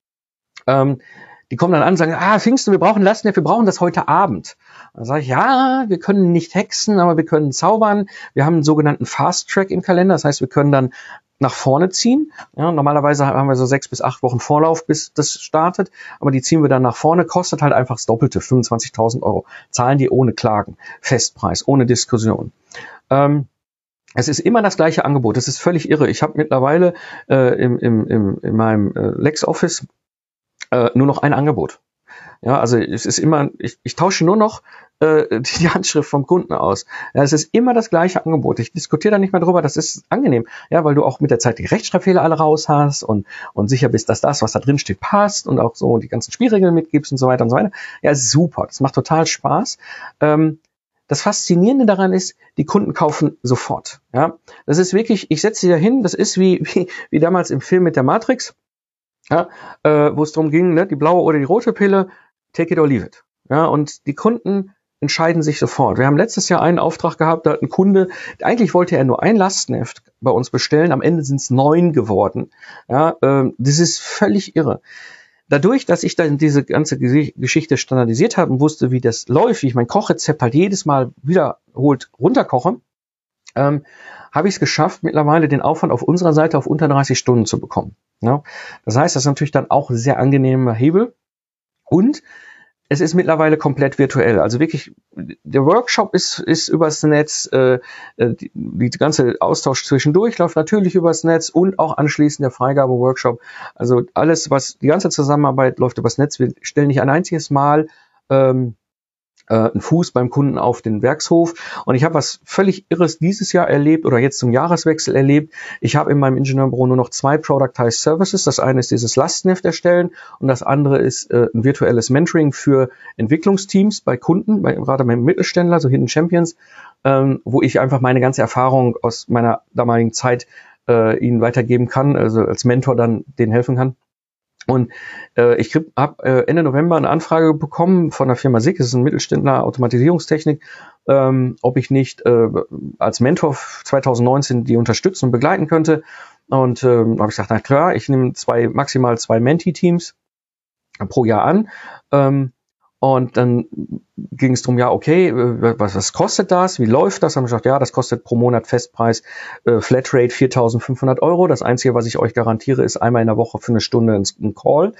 die kommen dann an und sagen, Pfingsten, wir brauchen Lastenheft, wir brauchen das heute Abend. Dann sage ich, ja, wir können nicht hexen, aber wir können zaubern. Wir haben einen sogenannten Fast Track im Kalender, das heißt, wir können dann nach vorne ziehen. Ja, normalerweise haben wir so 6 bis 8 Wochen Vorlauf, bis das startet, aber die ziehen wir dann nach vorne, kostet halt einfach das Doppelte, 25.000 €. Zahlen die ohne Klagen, Festpreis, ohne Diskussion. Es ist immer das gleiche Angebot, das ist völlig irre. Ich habe mittlerweile in meinem LexOffice nur noch ein Angebot. Ja, also es ist immer, ich tausche nur noch die Handschrift vom Kunden aus. Ja, es ist immer das gleiche Angebot. Ich diskutiere da nicht mehr drüber, das ist angenehm. Ja, weil du auch mit der Zeit die Rechtschreibfehler alle raus hast und sicher bist, dass das, was da drin steht, passt und auch so die ganzen Spielregeln mitgibst und so weiter und so weiter. Ja, super. Das macht total Spaß. Das Faszinierende daran ist, die Kunden kaufen sofort. Ja, das ist wirklich, ich setze sie da hin, das ist wie damals im Film mit der Matrix, ja, wo es darum ging, ne, die blaue oder die rote Pille, take it or leave it. Ja, und die Kunden entscheiden sich sofort. Wir haben letztes Jahr einen Auftrag gehabt, da hat ein Kunde, eigentlich wollte er nur ein Lastenheft bei uns bestellen, am Ende sind es 9 geworden. Ja, das ist völlig irre. Dadurch, dass ich dann diese ganze Geschichte standardisiert habe und wusste, wie das läuft, wie ich mein Kochrezept halt jedes Mal wiederholt runterkoche, habe ich es geschafft, mittlerweile den Aufwand auf unserer Seite auf unter 30 Stunden zu bekommen. Ja, das heißt, das ist natürlich dann auch ein sehr angenehmer Hebel. Und es ist mittlerweile komplett virtuell. Also wirklich, der Workshop ist übers Netz, die ganze Austausch zwischendurch läuft natürlich übers Netz und auch anschließend der Freigabe-Workshop. Also alles, die ganze Zusammenarbeit läuft übers Netz. Wir stellen nicht ein einziges Mal einen Fuß beim Kunden auf den Werkshof. Und ich habe was völlig Irres dieses Jahr erlebt oder jetzt zum Jahreswechsel erlebt. Ich habe in meinem Ingenieurbüro nur noch 2 Productized Services. Das eine ist dieses Lastenheft erstellen und das andere ist ein virtuelles Mentoring für Entwicklungsteams bei Kunden, gerade beim Mittelständler, so Hidden Champions, wo ich einfach meine ganze Erfahrung aus meiner damaligen Zeit ihnen weitergeben kann, also als Mentor dann denen helfen kann. Und ich habe Ende November eine Anfrage bekommen von der Firma SICK, das ist ein Mittelständler Automatisierungstechnik, ob ich nicht als Mentor 2019 die unterstützen und begleiten könnte. Und habe ich gesagt, na klar, ich nehme maximal 2 Menti-Teams pro Jahr an. Und dann ging es darum, ja, okay, was kostet das? Wie läuft das? Haben wir gesagt, ja, das kostet pro Monat Festpreis Flatrate 4.500 €. Das Einzige, was ich euch garantiere, ist einmal in der Woche für eine Stunde ein Call.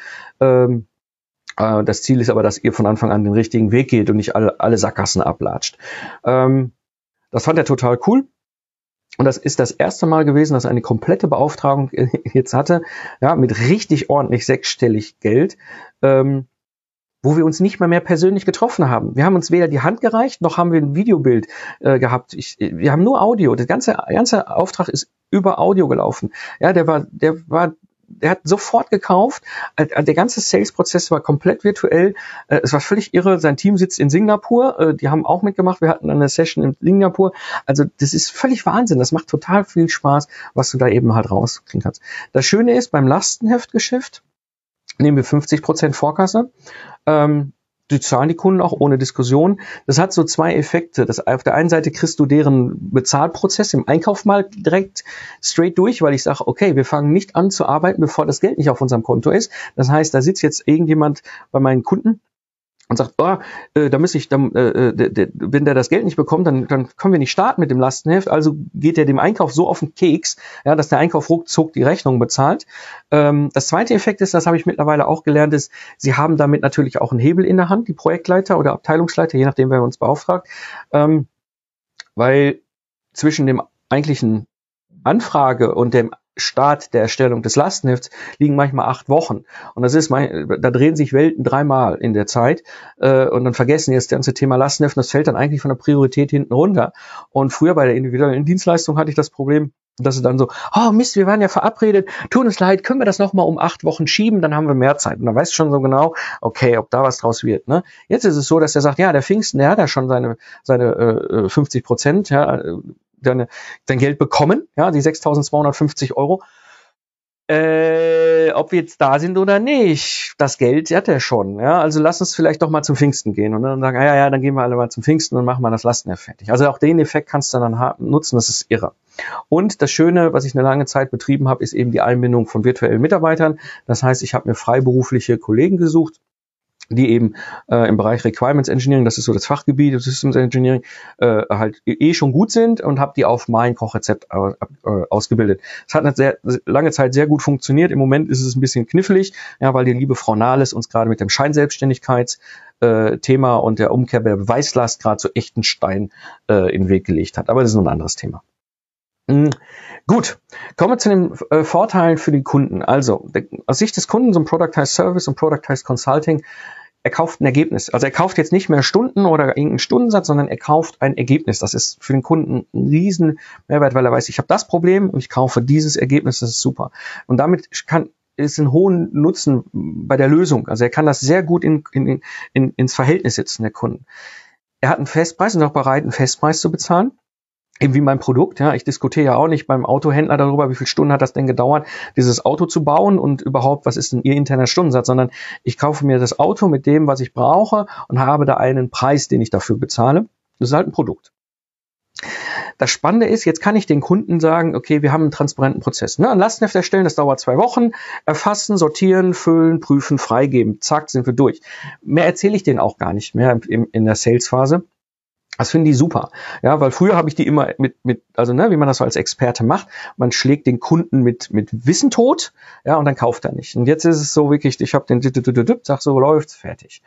Das Ziel ist aber, dass ihr von Anfang an den richtigen Weg geht und nicht alle Sackgassen ablatscht. Das fand er total cool. Und das ist das erste Mal gewesen, dass er eine komplette Beauftragung jetzt hatte, ja, mit richtig ordentlich 6-stellig Geld, wo wir uns nicht mal mehr persönlich getroffen haben. Wir haben uns weder die Hand gereicht, noch haben wir ein Videobild gehabt. Wir haben nur Audio. Der ganze Auftrag ist über Audio gelaufen. Ja, der hat sofort gekauft. Der ganze Sales-Prozess war komplett virtuell. Es war völlig irre. Sein Team sitzt in Singapur. Die haben auch mitgemacht. Wir hatten eine Session in Singapur. Also das ist völlig Wahnsinn. Das macht total viel Spaß, was du da eben halt rauskriegen kannst. Das Schöne ist, beim Lastenheftgeschäft nehmen wir 50% Vorkasse. Die zahlen die Kunden auch ohne Diskussion. Das hat so 2 Effekte. Auf der einen Seite kriegst du deren Bezahlprozess im Einkauf mal direkt straight durch, weil ich sage, okay, wir fangen nicht an zu arbeiten, bevor das Geld nicht auf unserem Konto ist. Das heißt, da sitzt jetzt irgendjemand bei meinen Kunden und sagt, wenn der das Geld nicht bekommt, dann können wir nicht starten mit dem Lastenheft. Also geht er dem Einkauf so auf den Keks, ja, dass der Einkauf ruckzuck die Rechnung bezahlt. Das zweite Effekt ist, das habe ich mittlerweile auch gelernt, ist, sie haben damit natürlich auch einen Hebel in der Hand, die Projektleiter oder Abteilungsleiter, je nachdem, wer uns beauftragt, weil zwischen dem eigentlichen Anfrage und dem Start der Erstellung des Lastenhefts liegen manchmal 8 Wochen. Und das ist da drehen sich Welten 3-mal in der Zeit. Und dann vergessen die das ganze Thema Lastenheft. Und das fällt dann eigentlich von der Priorität hinten runter. Und früher bei der individuellen Dienstleistung hatte ich das Problem, dass sie dann so, oh Mist, wir waren ja verabredet, tut uns leid, können wir das nochmal um 8 Wochen schieben, dann haben wir mehr Zeit. Und dann weißt du schon so genau, okay, ob da was draus wird. Ne? Jetzt ist es so, dass der sagt, ja, der Pfingsten, der hat ja schon seine 50%, ja, dein Geld bekommen, ja, die 6.250 €. ob wir jetzt da sind oder nicht. Das Geld hat er schon. Ja, also lass uns vielleicht doch mal zum Pfingsten gehen und dann sagen, ja, dann gehen wir alle mal zum Pfingsten und machen mal das Lastenheft fertig. Also auch den Effekt kannst du dann nutzen, das ist irre. Und das Schöne, was ich eine lange Zeit betrieben habe, ist eben die Einbindung von virtuellen Mitarbeitern. Das heißt, ich habe mir freiberufliche Kollegen gesucht, die eben im Bereich Requirements Engineering, das ist so das Fachgebiet, das Systems Engineering, halt schon gut sind und habe die auf mein Kochrezept ausgebildet. Es hat eine sehr lange Zeit sehr gut funktioniert. Im Moment ist es ein bisschen knifflig, ja, weil die liebe Frau Nahles uns gerade mit dem Scheinselbstständigkeitsthema und der Umkehr der Beweislast gerade so echten Stein in den Weg gelegt hat. Aber das ist nur ein anderes Thema. Gut, kommen wir zu den Vorteilen für die Kunden. Also aus Sicht des Kunden, so ein Productized Service und Productized Consulting, er kauft ein Ergebnis. Also er kauft jetzt nicht mehr Stunden oder irgendeinen Stundensatz, sondern er kauft ein Ergebnis. Das ist für den Kunden ein riesen Mehrwert, weil er weiß, ich habe das Problem und ich kaufe dieses Ergebnis, das ist super. Und damit ist ein hohen Nutzen bei der Lösung. Also er kann das sehr gut ins Verhältnis setzen, der Kunden. Er hat einen Festpreis und ist auch bereit, einen Festpreis zu bezahlen. Eben wie mein Produkt, ja, ich diskutiere ja auch nicht beim Autohändler darüber, wie viele Stunden hat das denn gedauert, dieses Auto zu bauen und überhaupt, was ist denn Ihr interner Stundensatz, sondern ich kaufe mir das Auto mit dem, was ich brauche und habe da einen Preis, den ich dafür bezahle. Das ist halt ein Produkt. Das Spannende ist, jetzt kann ich den Kunden sagen, okay, wir haben einen transparenten Prozess. Ne? Ein Lastenheft erstellen, das dauert 2 Wochen, erfassen, sortieren, füllen, prüfen, freigeben, zack, sind wir durch. Mehr erzähle ich denen auch gar nicht mehr in der Sales-Phase. Das finden die super, ja, weil früher habe ich die immer also wie man das so als Experte macht, man schlägt den Kunden mit Wissen tot, ja, und dann kauft er nicht. Und jetzt ist es so wirklich, ich habe den sag so läuft's, fertig.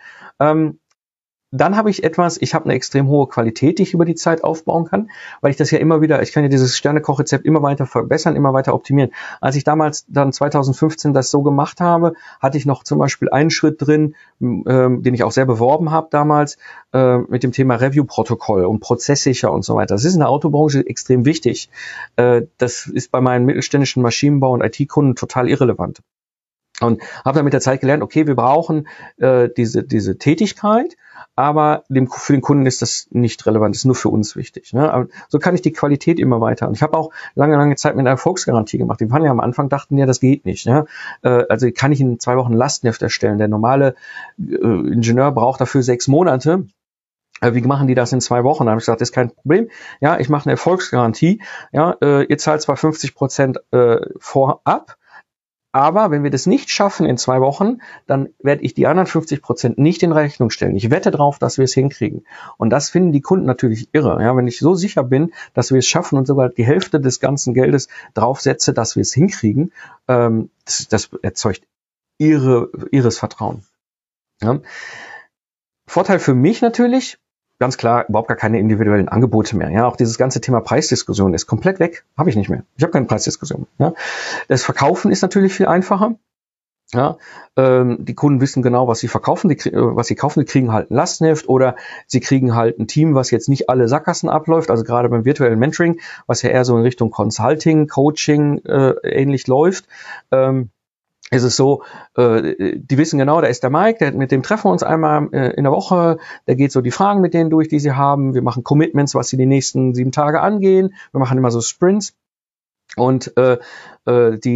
Dann habe ich habe eine extrem hohe Qualität, die ich über die Zeit aufbauen kann, weil ich das ja immer wieder, ich kann ja dieses Sternekochrezept immer weiter verbessern, immer weiter optimieren. Als ich damals dann 2015 das so gemacht habe, hatte ich noch zum Beispiel einen Schritt drin, den ich auch sehr beworben habe damals, mit dem Thema Review-Protokoll und prozesssicher und so weiter. Das ist in der Autobranche extrem wichtig. Das ist bei meinen mittelständischen Maschinenbau- und IT-Kunden total irrelevant. Und habe dann mit der Zeit gelernt, okay, wir brauchen diese Tätigkeit, aber für den Kunden ist das nicht relevant, ist nur für uns wichtig. Ne? Aber so kann ich die Qualität immer weiter. Und ich habe auch lange Zeit mit einer Erfolgsgarantie gemacht. Die waren ja am Anfang, dachten ja, das geht nicht. Ne? Also kann ich in 2 Wochen ein Lastenheft erstellen. Der normale Ingenieur braucht dafür 6 Monate. Wie machen die das in 2 Wochen? Da habe ich gesagt, das ist kein Problem. Ja, ich mache eine Erfolgsgarantie. Ja, ihr zahlt zwar 50% vorab, aber wenn wir das nicht schaffen in 2 Wochen, dann werde ich die anderen 50% nicht in Rechnung stellen. Ich wette darauf, dass wir es hinkriegen. Und das finden die Kunden natürlich irre. Ja, wenn ich so sicher bin, dass wir es schaffen und sogar die Hälfte des ganzen Geldes draufsetze, dass wir es hinkriegen, das erzeugt irres Vertrauen. Ja. Vorteil für mich natürlich, ganz klar, überhaupt gar keine individuellen Angebote mehr. Ja, auch dieses ganze Thema Preisdiskussion ist komplett weg. Habe ich nicht mehr. Ich habe keine Preisdiskussion. Ja. Das Verkaufen ist natürlich viel einfacher. Ja, die Kunden wissen genau, was sie verkaufen, was sie kaufen. Die kriegen halt ein Lastenheft oder sie kriegen halt ein Team, was jetzt nicht alle Sackgassen abläuft. Also gerade beim virtuellen Mentoring, was ja eher so in Richtung Consulting, Coaching ähnlich läuft. Ist es so, die wissen genau, da ist der Mike, mit dem treffen wir uns einmal in der Woche, der geht so die Fragen mit denen durch, die sie haben, wir machen Commitments, was sie die nächsten 7 Tage angehen, wir machen immer so Sprints und und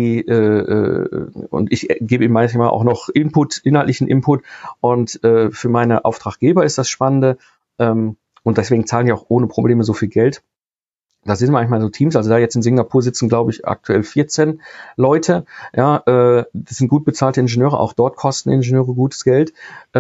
ich gebe ihm manchmal auch noch inhaltlichen Input und für meine Auftraggeber ist das Spannende und deswegen zahlen die auch ohne Probleme so viel Geld. Das sind manchmal so Teams, also da jetzt in Singapur sitzen, glaube ich, aktuell 14 Leute. Ja, das sind gut bezahlte Ingenieure, auch dort kosten Ingenieure gutes Geld.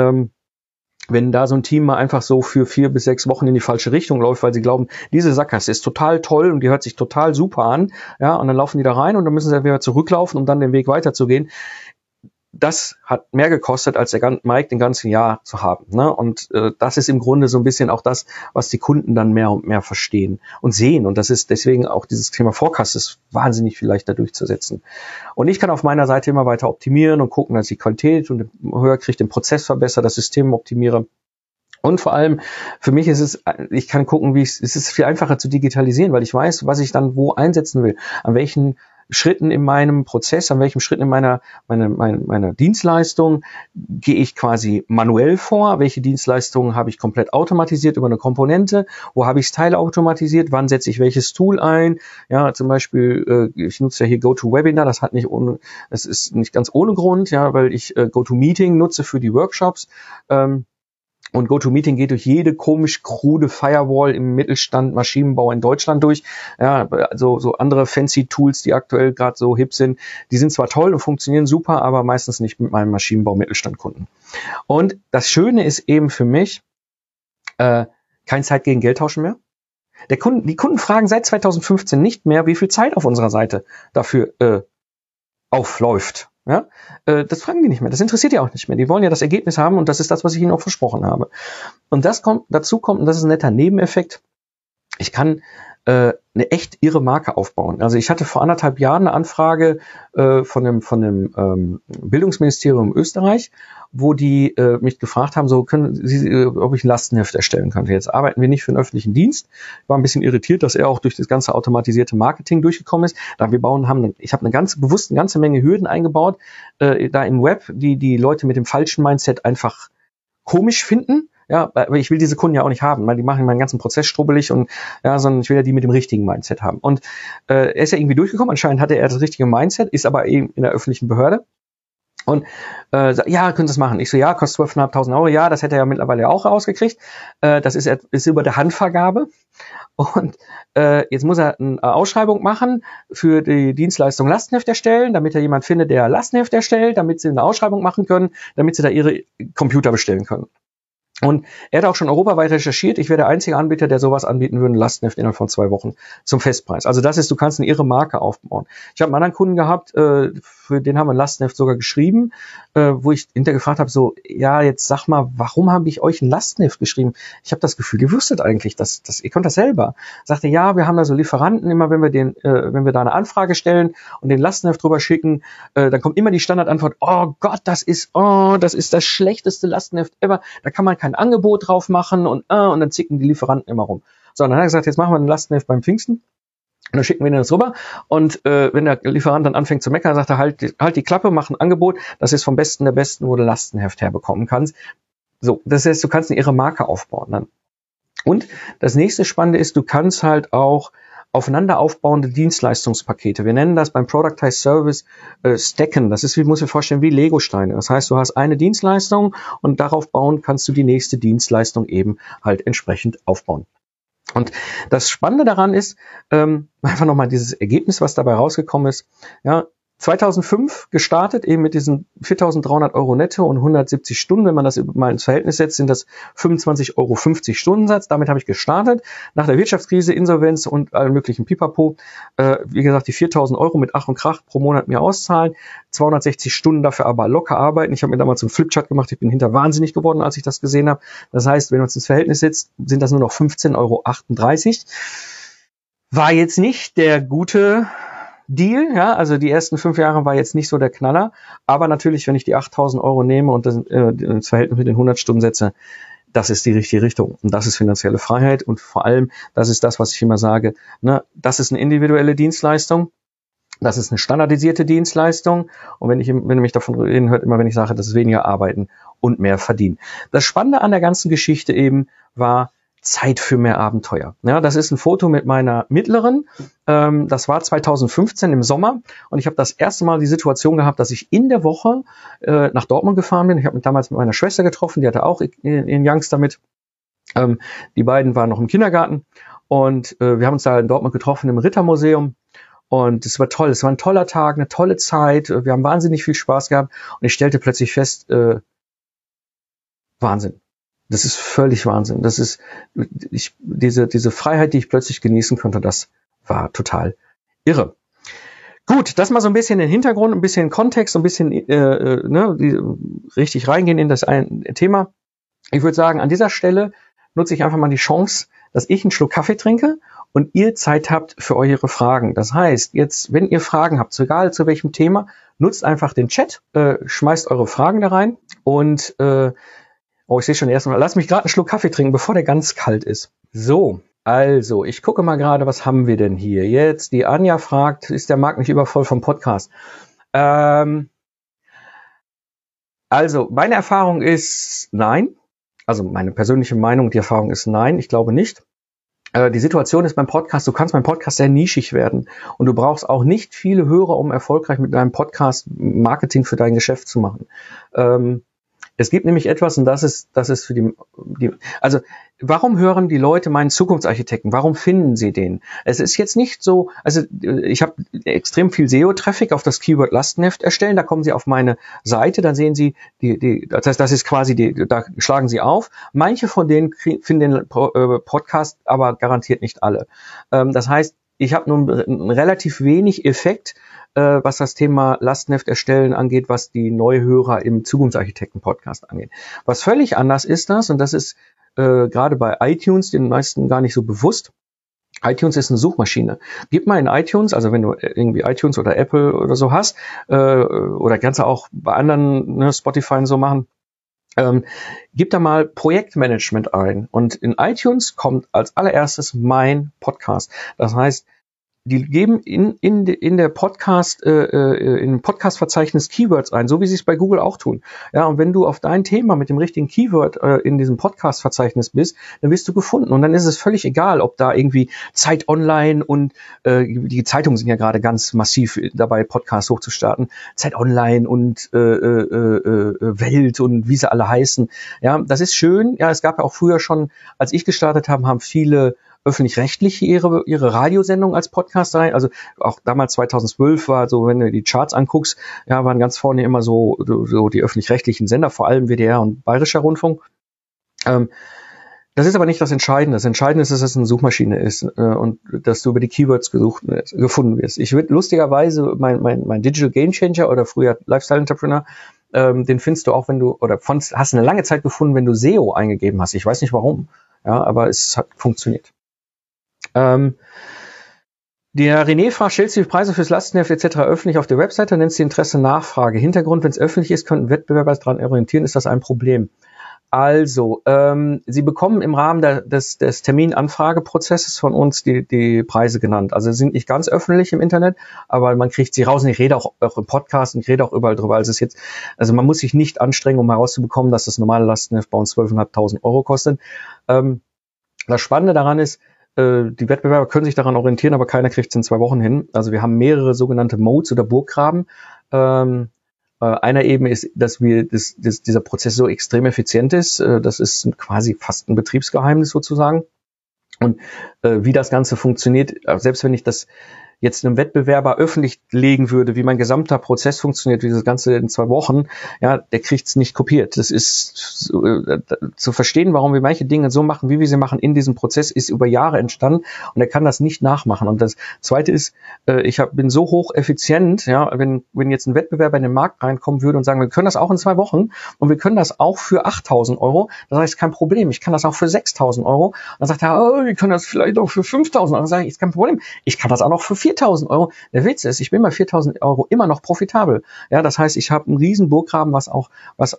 Wenn da so ein Team mal einfach so für 4 bis 6 Wochen in die falsche Richtung läuft, weil sie glauben, diese Sackgasse ist total toll und die hört sich total super an, ja, und dann laufen die da rein und dann müssen sie wieder zurücklaufen, um dann den Weg weiterzugehen. Das hat mehr gekostet, als der Mike den ganzen Jahr zu haben. Ne? Und das ist im Grunde so ein bisschen auch das, was die Kunden dann mehr und mehr verstehen und sehen. Und das ist deswegen auch dieses Thema Forecast ist wahnsinnig viel leichter durchzusetzen. Und ich kann auf meiner Seite immer weiter optimieren und gucken, dass ich die Qualität und höher kriege, den Prozess verbessere, das System optimiere. Und vor allem, für mich ist es, ich kann gucken, es ist viel einfacher zu digitalisieren, weil ich weiß, was ich dann wo einsetzen will, an welchen Schritten in meinem Prozess, an welchem Schritten in meiner Dienstleistung gehe ich quasi manuell vor, welche Dienstleistungen habe ich komplett automatisiert über eine Komponente, wo habe ich es teilautomatisiert, wann setze ich welches Tool ein, ja, zum Beispiel, ich nutze ja hier GoToWebinar, das ist nicht ganz ohne Grund, ja, weil ich GoToMeeting nutze für die Workshops, und GoToMeeting geht durch jede komisch krude Firewall im Mittelstand, Maschinenbau in Deutschland durch. Ja, also so andere fancy Tools, die aktuell gerade so hip sind, die sind zwar toll und funktionieren super, aber meistens nicht mit meinem Maschinenbau-Mittelstandkunden. Und das Schöne ist eben für mich, kein Zeit gegen Geld tauschen mehr. Die Kunden fragen seit 2015 nicht mehr, wie viel Zeit auf unserer Seite dafür aufläuft. Ja, das fragen die nicht mehr. Das interessiert die auch nicht mehr. Die wollen ja das Ergebnis haben und das ist das, was ich ihnen auch versprochen habe. Und dazu kommt, und das ist ein netter Nebeneffekt, ich kann eine echt irre Marke aufbauen. Also ich hatte vor 1,5 Jahren eine Anfrage von dem Bildungsministerium Österreich, wo die mich gefragt haben, so können Sie, ob ich ein Lastenheft erstellen könnte. Jetzt arbeiten wir nicht für einen öffentlichen Dienst. Ich war ein bisschen irritiert, dass er auch durch das ganze automatisierte Marketing durchgekommen ist. Ich habe bewusst eine ganze Menge Hürden eingebaut, da im Web, die Leute mit dem falschen Mindset einfach komisch finden. Ja, aber ich will diese Kunden ja auch nicht haben, weil die machen meinen ganzen Prozess strubbelig und ja, sondern ich will ja die mit dem richtigen Mindset haben. Und er ist ja irgendwie durchgekommen, anscheinend hatte er das richtige Mindset, ist aber eben in der öffentlichen Behörde. Und ja, können Sie das machen? Ich so, ja, kostet 12.500 Euro. Ja, das hätte er ja mittlerweile auch rausgekriegt. Das ist über der Handvergabe. Und jetzt muss er eine Ausschreibung machen für die Dienstleistung Lastenheft erstellen, damit er jemand findet, der Lastenheft erstellt, damit sie eine Ausschreibung machen können, damit sie da ihre Computer bestellen können. Und er hat auch schon europaweit recherchiert. Ich wäre der einzige Anbieter, der sowas anbieten würde, ein Lastenheft innerhalb von 2 Wochen zum Festpreis. Also du kannst eine irre Marke aufbauen. Ich habe einen anderen Kunden gehabt, für den haben wir ein Lastenheft sogar geschrieben, wo ich hinterher gefragt habe, so, ja, jetzt sag mal, warum habe ich euch ein Lastenheft geschrieben? Ich habe das Gefühl, ihr wüsstet eigentlich, ihr könnt das selber. Sagte, ja, wir haben da so Lieferanten, immer wenn wir da eine Anfrage stellen und den Lastenheft drüber schicken, dann kommt immer die Standardantwort, oh Gott, das ist das schlechteste Lastenheft ever, da kann man kein Angebot drauf machen und dann zicken die Lieferanten immer rum. So, und dann hat er gesagt, jetzt machen wir ein Lastenheft beim Pfingsten. Und dann schicken wir denen das rüber. Und wenn der Lieferant dann anfängt zu meckern, sagt er, halt die Klappe, mach ein Angebot. Das ist vom Besten der Besten, wo du Lastenheft herbekommen kannst. So, das heißt, du kannst eine irre Marke aufbauen dann. Und das nächste Spannende ist, du kannst halt auch aufeinander aufbauende Dienstleistungspakete. Wir nennen das beim Productized Service stacken. Das ist, muss ich mir vorstellen, wie Lego-Steine. Das heißt, du hast eine Dienstleistung und darauf bauen kannst du die nächste Dienstleistung eben halt entsprechend aufbauen. Und das Spannende daran ist, einfach nochmal dieses Ergebnis, was dabei rausgekommen ist, ja, 2005 gestartet, eben mit diesen 4.300 Euro netto und 170 Stunden. Wenn man das mal ins Verhältnis setzt, sind das 25,50 Euro Stundensatz. Damit habe ich gestartet. Nach der Wirtschaftskrise, Insolvenz und allen möglichen Pipapo, wie gesagt, die 4.000 Euro mit Ach und Krach pro Monat mir auszahlen. 260 Stunden dafür aber locker arbeiten. Ich habe mir damals einen Flipchart gemacht. Ich bin hinter wahnsinnig geworden, als ich das gesehen habe. Das heißt, wenn man es ins Verhältnis setzt, sind das nur noch 15,38 Euro. War jetzt nicht der gute Deal, ja, also die ersten 5 Jahre war jetzt nicht so der Knaller, aber natürlich, wenn ich die 8.000 Euro nehme und das ins Verhältnis mit den 100 Stunden setze, das ist die richtige Richtung und das ist finanzielle Freiheit und vor allem, das ist das, was ich immer sage, ne, das ist eine individuelle Dienstleistung, das ist eine standardisierte Dienstleistung und wenn ihr mich davon reden hört, immer wenn ich sage, das ist weniger arbeiten und mehr verdienen. Das Spannende an der ganzen Geschichte eben war, Zeit für mehr Abenteuer. Ja, das ist ein Foto mit meiner Mittleren. Das war 2015 im Sommer und ich habe das erste Mal die Situation gehabt, dass ich in der Woche nach Dortmund gefahren bin. Ich habe mich damals mit meiner Schwester getroffen, die hatte auch ihren Youngster mit. Die beiden waren noch im Kindergarten und wir haben uns da in Dortmund getroffen im Rittermuseum. Und es war toll. Es war ein toller Tag, eine tolle Zeit. Wir haben wahnsinnig viel Spaß gehabt und ich stellte plötzlich fest, Wahnsinn. Das ist völlig Wahnsinn. Das ist diese Freiheit, die ich plötzlich genießen konnte, das war total irre. Gut, das mal so ein bisschen den Hintergrund, ein bisschen Kontext, ein bisschen richtig reingehen in das Thema. Ich würde sagen, an dieser Stelle nutze ich einfach mal die Chance, dass ich einen Schluck Kaffee trinke und ihr Zeit habt für eure Fragen. Das heißt, jetzt, wenn ihr Fragen habt, egal zu welchem Thema, nutzt einfach den Chat, schmeißt eure Fragen da rein und ich sehe schon erstmal. Lass mich gerade einen Schluck Kaffee trinken, bevor der ganz kalt ist. So, Also, ich gucke mal gerade, was haben wir denn hier jetzt? Die Anja fragt, ist der Markt nicht übervoll vom Podcast? Also, meine Erfahrung ist nein. Also, meine persönliche Meinung, die Erfahrung ist nein. Ich glaube nicht. Die Situation ist beim Podcast, du kannst beim Podcast sehr nischig werden. Und du brauchst auch nicht viele Hörer, um erfolgreich mit deinem Podcast Marketing für dein Geschäft zu machen. Es gibt nämlich etwas, und das ist für also warum hören die Leute meinen Zukunftsarchitekten? Warum finden sie den? Es ist jetzt nicht so, also ich habe extrem viel SEO-Traffic auf das Keyword Lastenheft erstellen, da kommen sie auf meine Seite, dann sehen sie, das heißt, das ist quasi, da schlagen sie auf. Manche von denen finden den Podcast, aber garantiert nicht alle. Das heißt, ich habe nun relativ wenig Effekt, was das Thema Lastenheft erstellen angeht, was die Neuhörer im Zukunftsarchitekten-Podcast angeht. Was völlig anders ist das, und das ist gerade bei iTunes den meisten gar nicht so bewusst. iTunes ist eine Suchmaschine. Gib mal in iTunes, also wenn du irgendwie iTunes oder Apple oder so hast, oder kannst du auch bei anderen, ne, Spotify und so machen, gib da mal Projektmanagement ein. Und in iTunes kommt als allererstes mein Podcast. Das heißt, die geben in der Podcast, im Podcast-Verzeichnis Keywords ein, so wie sie es bei Google auch tun. Ja, und wenn du auf dein Thema mit dem richtigen Keyword in diesem Podcast-Verzeichnis bist, dann wirst du gefunden. Und dann ist es völlig egal, ob da irgendwie Zeit Online und die Zeitungen sind ja gerade ganz massiv dabei, Podcasts hochzustarten. Zeit Online und Welt und wie sie alle heißen. Ja, das ist schön. Ja, es gab ja auch früher schon, als ich gestartet habe, haben viele öffentlich-rechtliche ihre Radiosendung als Podcast rein. Also auch damals 2012 war so, wenn du die Charts anguckst, ja, waren ganz vorne immer so die öffentlich-rechtlichen Sender, vor allem WDR und Bayerischer Rundfunk. Das ist aber nicht das Entscheidende. Das Entscheidende ist, dass es eine Suchmaschine ist und dass du über die Keywords gefunden wirst. Ich würde lustigerweise mein Digital Game Changer oder früher Lifestyle Entrepreneur, den findest du auch, wenn du, oder hast eine lange Zeit gefunden, wenn du SEO eingegeben hast. Ich weiß nicht warum, ja, aber es hat funktioniert. Der René fragt, stellst du die Preise fürs Lastenheft etc. öffentlich auf der Webseite, nennst du Interesse Nachfrage. Hintergrund, wenn es öffentlich ist, könnten Wettbewerber daran orientieren, ist das ein Problem. Also, Sie bekommen im Rahmen des Terminanfrageprozesses von uns die Preise genannt. Also sie sind nicht ganz öffentlich im Internet, aber man kriegt sie raus und ich rede auch im Podcast und ich rede auch überall drüber. Also man muss sich nicht anstrengen, um herauszubekommen, dass das normale Lastenheft bei uns 12.500 € kostet. Das Spannende daran ist, die Wettbewerber können sich daran orientieren, aber keiner kriegt es in 2 Wochen hin. Also wir haben mehrere sogenannte Modes oder Burggraben. Einer eben ist, dass dieser Prozess so extrem effizient ist. Das ist quasi fast ein Betriebsgeheimnis sozusagen. Und wie das Ganze funktioniert, selbst wenn ich das jetzt einem Wettbewerber öffentlich legen würde, wie mein gesamter Prozess funktioniert, wie das Ganze in 2 Wochen, ja, der kriegt's nicht kopiert. Das ist zu verstehen, warum wir manche Dinge so machen, wie wir sie machen in diesem Prozess, ist über Jahre entstanden und er kann das nicht nachmachen. Und das Zweite ist, ich bin so hoch effizient, ja, wenn jetzt ein Wettbewerber in den Markt reinkommen würde und sagen, wir können das auch in 2 Wochen und wir können das auch für 8.000 €, das heißt kein Problem, ich kann das auch für 6.000 €. Dann sagt er, oh, wir können das vielleicht auch für 5.000 €. Dann sage ich, ist kein Problem, ich kann das auch noch für 4.000 €. Der Witz ist, ich bin bei 4.000 € immer noch profitabel. Ja, das heißt, ich habe einen riesen Burggraben, was auch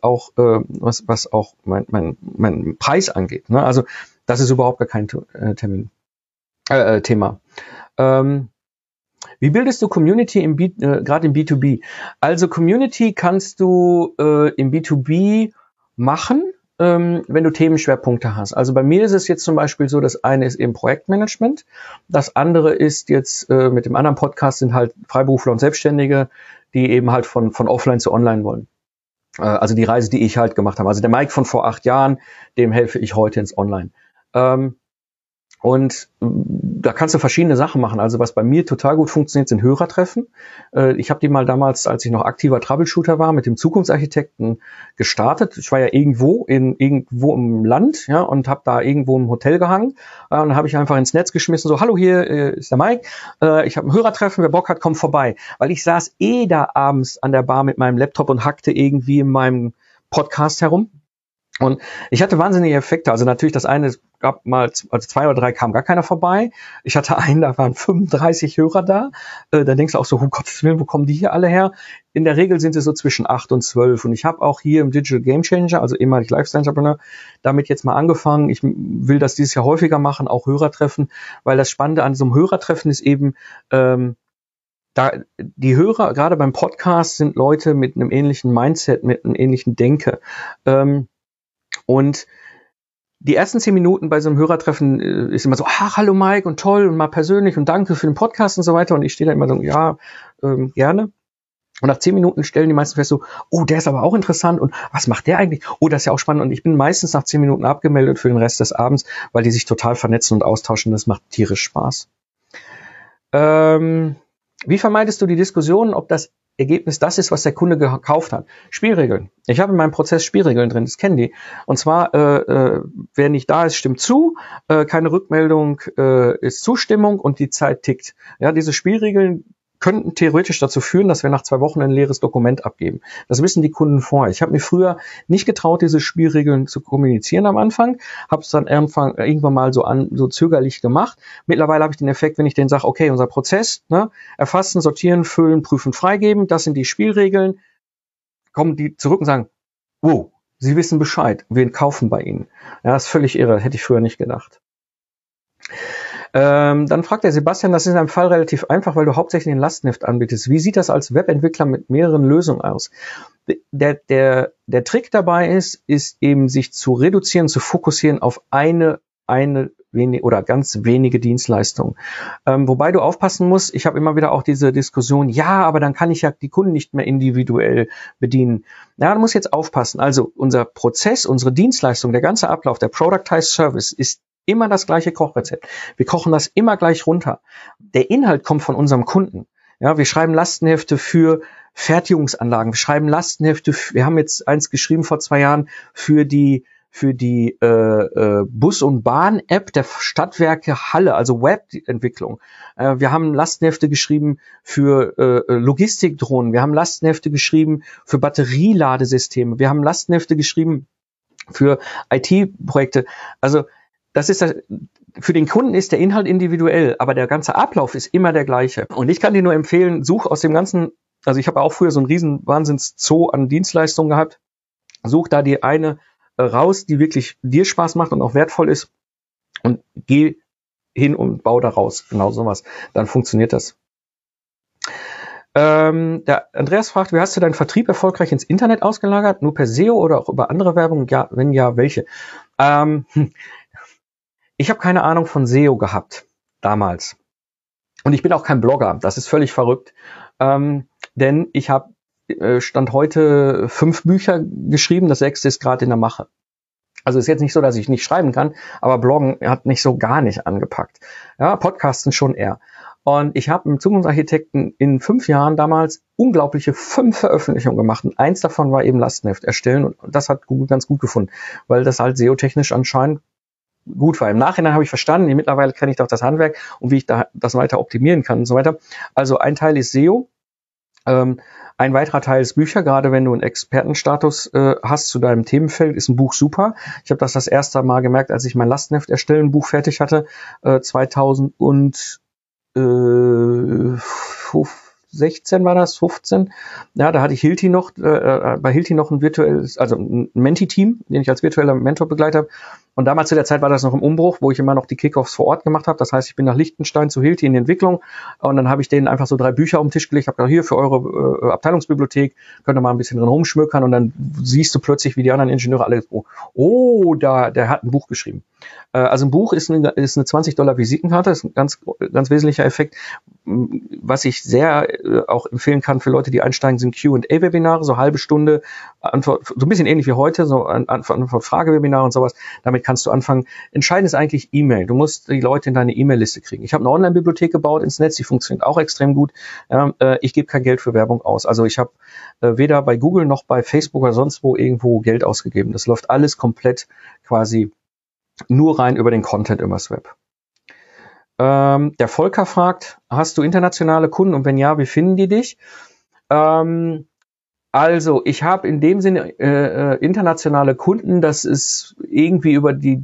mein Preis angeht. Ne? Also das ist überhaupt gar kein Thema. Wie bildest du Community gerade im B2B? Also Community kannst du im B2B machen, wenn du Themenschwerpunkte hast. Also bei mir ist es jetzt zum Beispiel so, das eine ist eben Projektmanagement, das andere ist jetzt mit dem anderen Podcast sind halt Freiberufler und Selbstständige, die eben halt von offline zu online wollen. Also die Reise, die ich halt gemacht habe. Also der Mike von vor 8 Jahren, dem helfe ich heute ins Online. Und da kannst du verschiedene Sachen machen. Also was bei mir total gut funktioniert, sind Hörertreffen. Ich habe die mal damals, als ich noch aktiver Troubleshooter war, mit dem Zukunftsarchitekten gestartet. Ich war ja irgendwo im Land, ja, und habe da irgendwo im Hotel gehangen. Und dann habe ich einfach ins Netz geschmissen, so, hallo, hier ist der Mike. Ich habe ein Hörertreffen, wer Bock hat, kommt vorbei. Weil ich saß da abends an der Bar mit meinem Laptop und hackte irgendwie in meinem Podcast herum. Und ich hatte wahnsinnige Effekte. Also natürlich das eine, es gab mal, also 2 oder 3 kam gar keiner vorbei. Ich hatte einen, da waren 35 Hörer da. Da denkst du auch so, um Gottes Willen, wo kommen die hier alle her? In der Regel sind sie so zwischen 8 und 12. Und ich habe auch hier im Digital Game Changer, also ehemalig Lifestyle Entrepreneur, damit jetzt mal angefangen. Ich will das dieses Jahr häufiger machen, auch Hörertreffen, weil das Spannende an so einem Hörertreffen ist eben, da die Hörer, gerade beim Podcast, sind Leute mit einem ähnlichen Mindset, mit einem ähnlichen Denke. Und die ersten 10 Minuten bei so einem Hörertreffen ist immer so, ach, hallo Mike und toll und mal persönlich und danke für den Podcast und so weiter. Und ich stehe da immer so, ja, gerne. Und nach 10 Minuten stellen die meisten fest so, oh, der ist aber auch interessant und was macht der eigentlich? Oh, das ist ja auch spannend. Und ich bin meistens nach 10 Minuten abgemeldet für den Rest des Abends, weil die sich total vernetzen und austauschen. Das macht tierisch Spaß. Wie vermeidest du die Diskussion, ob das Ergebnis das ist, was der Kunde gekauft hat? Spielregeln. Ich habe in meinem Prozess Spielregeln drin, das kennen die. Und zwar, wer nicht da ist, stimmt zu, keine Rückmeldung ist Zustimmung und die Zeit tickt. Ja, diese Spielregeln könnten theoretisch dazu führen, dass wir nach 2 Wochen ein leeres Dokument abgeben. Das wissen die Kunden vorher. Ich habe mir früher nicht getraut, diese Spielregeln zu kommunizieren am Anfang, habe es dann irgendwann mal so zögerlich gemacht. Mittlerweile habe ich den Effekt, wenn ich denen sage, okay, unser Prozess, ne, erfassen, sortieren, füllen, prüfen, freigeben, das sind die Spielregeln, kommen die zurück und sagen, wow, Sie wissen Bescheid, wir kaufen bei Ihnen. Ja, das ist völlig irre, hätte ich früher nicht gedacht. Dann fragt der Sebastian, das ist in einem Fall relativ einfach, weil du hauptsächlich den Lastenheft anbietest. Wie sieht das als Webentwickler mit mehreren Lösungen aus? Der Trick dabei ist eben sich zu reduzieren, zu fokussieren auf eine oder ganz wenige Dienstleistungen. Wobei du aufpassen musst, ich habe immer wieder auch diese Diskussion, ja, aber dann kann ich ja die Kunden nicht mehr individuell bedienen. Ja, du musst jetzt aufpassen. Also unser Prozess, unsere Dienstleistung, der ganze Ablauf, der Productized Service ist immer das gleiche Kochrezept. Wir kochen das immer gleich runter. Der Inhalt kommt von unserem Kunden. Ja, wir schreiben Lastenhefte für Fertigungsanlagen. Wir schreiben Lastenhefte. Wir haben jetzt eins geschrieben vor 2 Jahren für die Bus- und Bahn-App der Stadtwerke Halle, also Webentwicklung. Wir haben Lastenhefte geschrieben für Logistikdrohnen. Wir haben Lastenhefte geschrieben für Batterieladesysteme. Wir haben Lastenhefte geschrieben für IT-Projekte. Also das ist für den Kunden ist der Inhalt individuell, aber der ganze Ablauf ist immer der gleiche. Und ich kann dir nur empfehlen, such aus dem ganzen, also ich habe auch früher so einen riesen Wahnsinns-Zoo an Dienstleistungen gehabt, such da die eine raus, die wirklich dir Spaß macht und auch wertvoll ist und geh hin und bau da raus, genau sowas. Dann funktioniert das. Der Andreas fragt, wie hast du deinen Vertrieb erfolgreich ins Internet ausgelagert? Nur per SEO oder auch über andere Werbung? Ja, wenn ja, welche? Ich habe keine Ahnung von SEO gehabt, damals. Und ich bin auch kein Blogger, das ist völlig verrückt. Denn ich habe Stand heute 5 Bücher geschrieben, das 6. ist gerade in der Mache. Also ist jetzt nicht so, dass ich nicht schreiben kann, aber Bloggen hat nicht so gar nicht angepackt. Ja, Podcasten schon eher. Und ich habe im Zukunftsarchitekten in 5 Jahren damals unglaubliche 5 Veröffentlichungen gemacht. Und eins davon war eben Lastenheft erstellen. Und das hat Google ganz gut gefunden, weil das halt SEO-technisch anscheinend gut war. Im Nachhinein habe ich verstanden, mittlerweile kenne ich doch das Handwerk und wie ich das weiter optimieren kann und so weiter. Also ein Teil ist SEO, ein weiterer Teil ist Bücher, gerade wenn du einen Expertenstatus hast zu deinem Themenfeld, ist ein Buch super. Ich habe das erste Mal gemerkt, als ich mein Lastenheft erstellen Buch fertig hatte, 2016 war das, 15. Ja, da hatte ich Hilti noch, bei Hilti noch ein virtuelles, also ein Menti-Team, den ich als virtueller Mentor begleitet habe. Und damals zu der Zeit war das noch im Umbruch, wo ich immer noch die Kickoffs vor Ort gemacht habe. Das heißt, ich bin nach Liechtenstein zu Hilti in die Entwicklung und dann habe ich denen einfach so 3 Bücher auf den Tisch gelegt, habe gesagt, hier für eure Abteilungsbibliothek, könnt ihr mal ein bisschen drin rumschmökern und dann siehst du plötzlich, wie die anderen Ingenieure alle, der hat ein Buch geschrieben. Also ein Buch ist eine $20 Visitenkarte, das ist ein ganz wesentlicher Effekt. Was ich sehr auch empfehlen kann für Leute, die einsteigen, sind Q&A-Webinare, so halbe Stunde, Antwort, so ein bisschen ähnlich wie heute, so Antwort-Frage-Webinare und sowas. Damit kannst du anfangen. Entscheidend ist eigentlich E-Mail. Du musst die Leute in deine E-Mail-Liste kriegen. Ich habe eine Online-Bibliothek gebaut ins Netz, die funktioniert auch extrem gut. Ich gebe kein Geld für Werbung aus. Also ich habe weder bei Google noch bei Facebook oder sonst wo irgendwo Geld ausgegeben. Das läuft alles komplett quasi nur rein über den Content übers Web. Der Volker fragt, hast du internationale Kunden und wenn ja, wie finden die dich? Also, ich habe in dem Sinne internationale Kunden, das ist irgendwie über die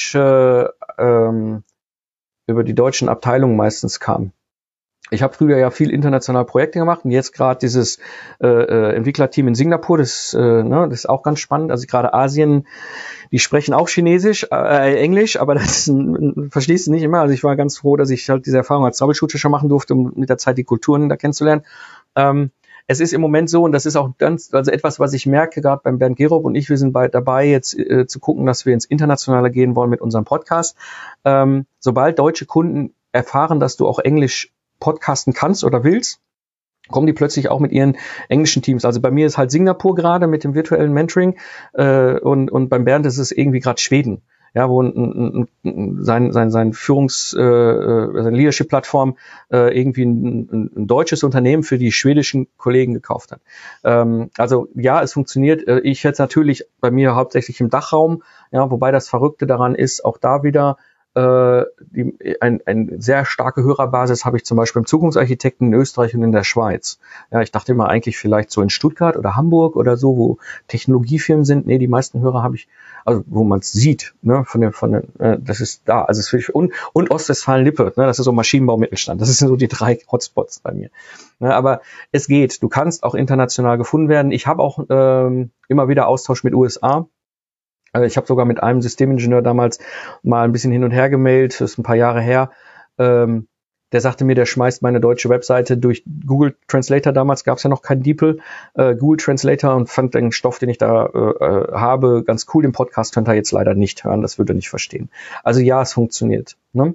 deutschen Abteilungen meistens kam. Ich habe früher ja viel international Projekte gemacht und jetzt gerade dieses Entwicklerteam in Singapur, das ist auch ganz spannend. Also gerade Asien, die sprechen auch Chinesisch, Englisch, aber das verstehst du nicht immer. Also ich war ganz froh, dass ich halt diese Erfahrung als Troubleshooter schon machen durfte, um mit der Zeit die Kulturen da kennenzulernen. Es ist im Moment so, und das ist auch etwas, was ich merke, gerade beim Bernd Gerob und ich, wir sind bald dabei, jetzt zu gucken, dass wir ins Internationale gehen wollen mit unserem Podcast. Sobald deutsche Kunden erfahren, dass du auch Englisch podcasten kannst oder willst, kommen die plötzlich auch mit ihren englischen Teams. Also bei mir ist halt Singapur gerade mit dem virtuellen Mentoring und beim Bernd ist es irgendwie gerade Schweden. Ja, wo sein seine Leadership-Plattform irgendwie ein deutsches Unternehmen für die schwedischen Kollegen gekauft hat. Also ja, es funktioniert. Ich jetzt natürlich bei mir hauptsächlich im Dachraum, ja, wobei das Verrückte daran ist, auch da wieder eine sehr starke Hörerbasis habe ich zum Beispiel im Zukunftsarchitekten in Österreich und in der Schweiz. Ja, ich dachte immer eigentlich vielleicht so in Stuttgart oder Hamburg oder so, wo Technologiefirmen sind. Nee, die meisten Hörer habe ich, also wo man es sieht, ne, das ist da. Also es ist und Ostwestfalen-Lippe, ne, das ist so Maschinenbau Mittelstand. Das sind so die 3 Hotspots bei mir. Ne, aber es geht. Du kannst auch international gefunden werden. Ich habe auch immer wieder Austausch mit USA. Ich habe sogar mit einem Systemingenieur damals mal ein bisschen hin und her gemailt, das ist ein paar Jahre her. Der sagte mir, der schmeißt meine deutsche Webseite durch Google Translator, damals gab es ja noch kein DeepL, Google Translator, und fand den Stoff, den ich da habe, ganz cool. Den Podcast könnt ihr jetzt leider nicht hören, das würde er nicht verstehen. Also ja, es funktioniert. Ne?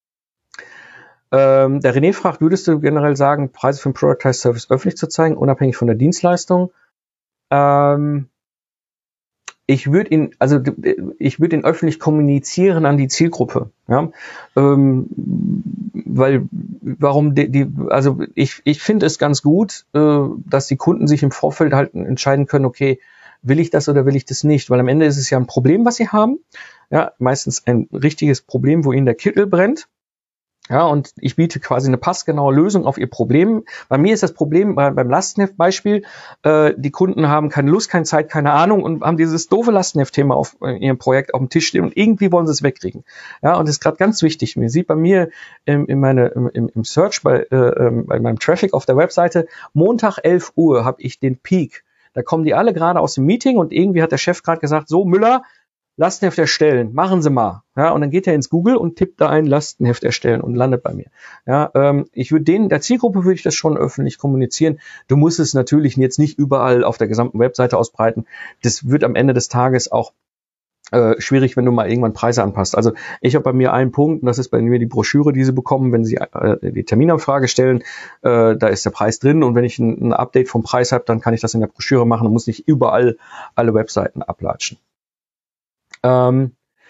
Der René fragt, würdest du generell sagen, Preise für einen Productized Service öffentlich zu zeigen, unabhängig von der Dienstleistung? Ich würde ihn öffentlich kommunizieren an die Zielgruppe, ja, weil ich finde es ganz gut, dass die Kunden sich im Vorfeld halt entscheiden können, okay, will ich das oder will ich das nicht, weil am Ende ist es ja ein Problem, was sie haben, ja, meistens ein richtiges Problem, wo ihnen der Kittel brennt. Ja, und ich biete quasi eine passgenaue Lösung auf ihr Problem. Bei mir ist das Problem beim Lastenheft-Beispiel, die Kunden haben keine Lust, keine Zeit, keine Ahnung und haben dieses doofe Lastenheft-Thema auf ihrem Projekt auf dem Tisch stehen und irgendwie wollen sie es wegkriegen. Ja, und das ist gerade ganz wichtig. Man sieht bei mir im Search, bei meinem Traffic auf der Webseite, Montag 11 Uhr habe ich den Peak. Da kommen die alle gerade aus dem Meeting und irgendwie hat der Chef gerade gesagt, so Müller, Lastenheft erstellen, machen Sie mal. Ja, und dann geht er ins Google und tippt da ein Lastenheft erstellen und landet bei mir. Ja, ich würde der Zielgruppe würde ich das schon öffentlich kommunizieren. Du musst es natürlich jetzt nicht überall auf der gesamten Webseite ausbreiten. Das wird am Ende des Tages auch schwierig, wenn du mal irgendwann Preise anpasst. Also ich habe bei mir einen Punkt, und das ist bei mir die Broschüre, die Sie bekommen, wenn Sie die Terminanfrage stellen. Da ist der Preis drin, und wenn ich ein Update vom Preis habe, dann kann ich das in der Broschüre machen und muss nicht überall alle Webseiten ablatschen. Der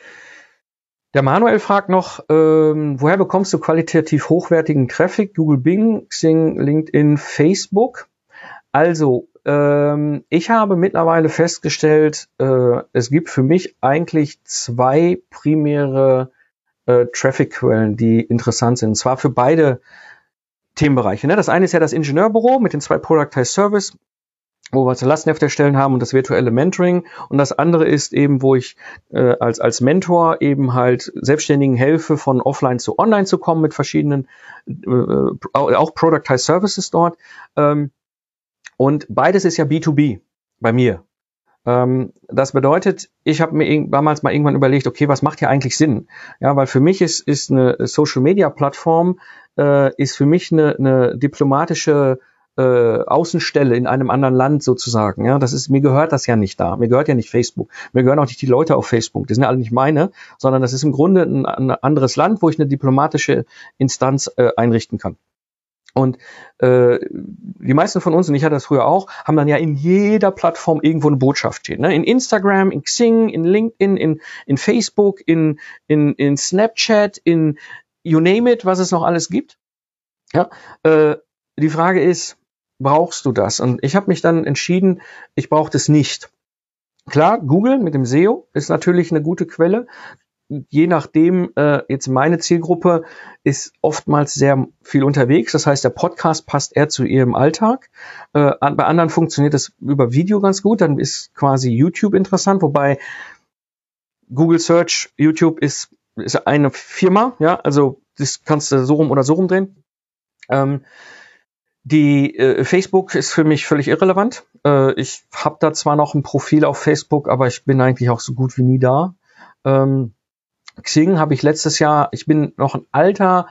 Manuel fragt noch, woher bekommst du qualitativ hochwertigen Traffic? Google, Bing, Xing, LinkedIn, Facebook? Also, ich habe mittlerweile festgestellt, es gibt für mich eigentlich 2 primäre Traffic-Quellen, die interessant sind. Und zwar für beide Themenbereiche. Ne? Das eine ist ja das Ingenieurbüro mit den 2 Productized Service, wo wir Lastenheft erstellen haben, und das virtuelle Mentoring. Und das andere ist eben, wo ich als Mentor eben halt Selbstständigen helfe, von offline zu online zu kommen mit verschiedenen, auch Productized Services dort. Und beides ist ja B2B bei mir. Das bedeutet, ich habe mir damals mal irgendwann überlegt, okay, was macht hier eigentlich Sinn? Ja, weil für mich ist eine Social-Media-Plattform ist für mich eine diplomatische Außenstelle in einem anderen Land sozusagen. Ja, mir gehört das ja nicht da. Mir gehört ja nicht Facebook. Mir gehören auch nicht die Leute auf Facebook. Die sind ja alle nicht meine, sondern das ist im Grunde ein anderes Land, wo ich eine diplomatische Instanz einrichten kann. Und die meisten von uns, und ich hatte das früher auch, haben dann ja in jeder Plattform irgendwo eine Botschaft stehen. Ne? In Instagram, in Xing, in LinkedIn, in Facebook, in Snapchat, in you name it, was es noch alles gibt. Ja, die Frage ist, brauchst du das? Und ich habe mich dann entschieden, ich brauche das nicht. Klar, Google mit dem SEO ist natürlich eine gute Quelle. je nachdem, jetzt meine Zielgruppe ist oftmals sehr viel unterwegs. Das heißt, der Podcast passt eher zu ihrem Alltag. Bei anderen funktioniert es über Video ganz gut. Dann ist quasi YouTube interessant, wobei Google Search, YouTube ist eine Firma. Ja, also das kannst du so rum oder so rum drehen. Facebook ist für mich völlig irrelevant. Ich habe da zwar noch ein Profil auf Facebook, aber ich bin eigentlich auch so gut wie nie da. Xing habe ich letztes Jahr, ich bin noch ein alter,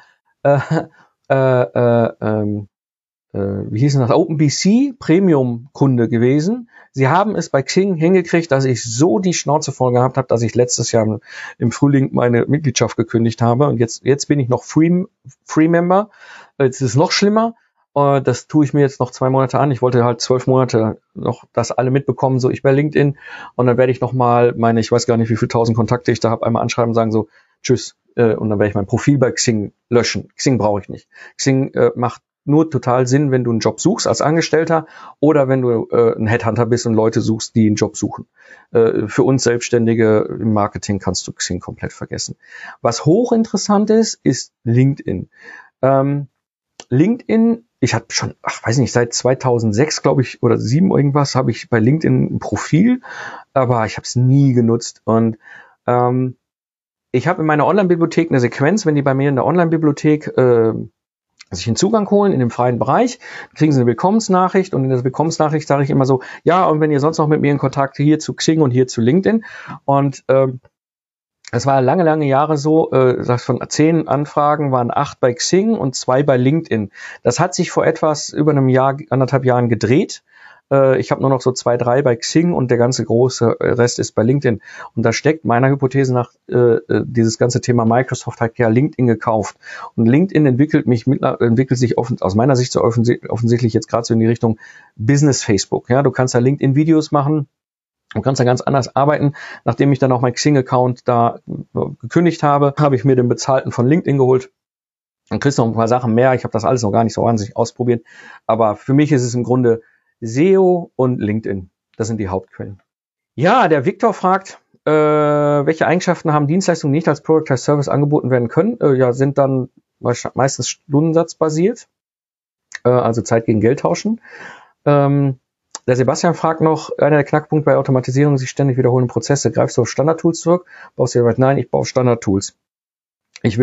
wie hieß das, OpenBC Premium-Kunde gewesen. Sie haben es bei Xing hingekriegt, dass ich so die Schnauze voll gehabt habe, dass ich letztes Jahr im Frühling meine Mitgliedschaft gekündigt habe. Und jetzt bin ich noch Free-Member. Jetzt ist es noch schlimmer. Das tue ich mir jetzt noch 2 Monate an. Ich wollte halt 12 Monate noch das alle mitbekommen, so ich bei LinkedIn. Und dann werde ich nochmal ich weiß gar nicht, wie viele 1000 Kontakte ich da habe, einmal anschreiben und sagen so, tschüss. Und dann werde ich mein Profil bei Xing löschen. Xing brauche ich nicht. Xing macht nur total Sinn, wenn du einen Job suchst als Angestellter oder wenn du ein Headhunter bist und Leute suchst, die einen Job suchen. Für uns Selbstständige im Marketing kannst du Xing komplett vergessen. Was hochinteressant ist LinkedIn. LinkedIn, ich habe schon, weiß nicht, seit 2006, glaube ich, oder 2007 irgendwas, habe ich bei LinkedIn ein Profil, aber ich habe es nie genutzt. Und ich habe in meiner Online-Bibliothek eine Sequenz, wenn die bei mir in der Online-Bibliothek sich einen Zugang holen in dem freien Bereich, kriegen sie eine Willkommensnachricht und in der Willkommensnachricht sage ich immer so, ja, und wenn ihr sonst noch mit mir in Kontakt hier zu Xing und hier zu LinkedIn. Und es war lange, lange Jahre so, von 10 Anfragen waren 8 bei Xing und 2 bei LinkedIn. Das hat sich vor etwas über einem Jahr, 1,5 Jahren gedreht. Ich habe nur noch so 2, 3 bei Xing und der ganze große Rest ist bei LinkedIn. Und da steckt meiner Hypothese nach dieses ganze Thema Microsoft hat ja LinkedIn gekauft. Und LinkedIn entwickelt sich aus meiner Sicht so offensichtlich jetzt gerade so in die Richtung Business Facebook. Ja, du kannst da LinkedIn-Videos machen. Du kannst da ganz anders arbeiten. Nachdem ich dann auch mein Xing-Account da gekündigt habe, habe ich mir den bezahlten von LinkedIn geholt. Dann kriegst du noch ein paar Sachen mehr. Ich habe das alles noch gar nicht so wahnsinnig ausprobiert. Aber für mich ist es im Grunde SEO und LinkedIn. Das sind die Hauptquellen. Ja, der Victor fragt, welche Eigenschaften haben Dienstleistungen, die nicht als Product as Service angeboten werden können? Sind dann meistens stundensatzbasiert. Also Zeit gegen Geld tauschen. Der Sebastian fragt noch, einer der Knackpunkte bei Automatisierung, sich ständig wiederholende Prozesse. Greifst du auf Standard-Tools zurück? Baust du nein, ich baue Standard-Tools. Ich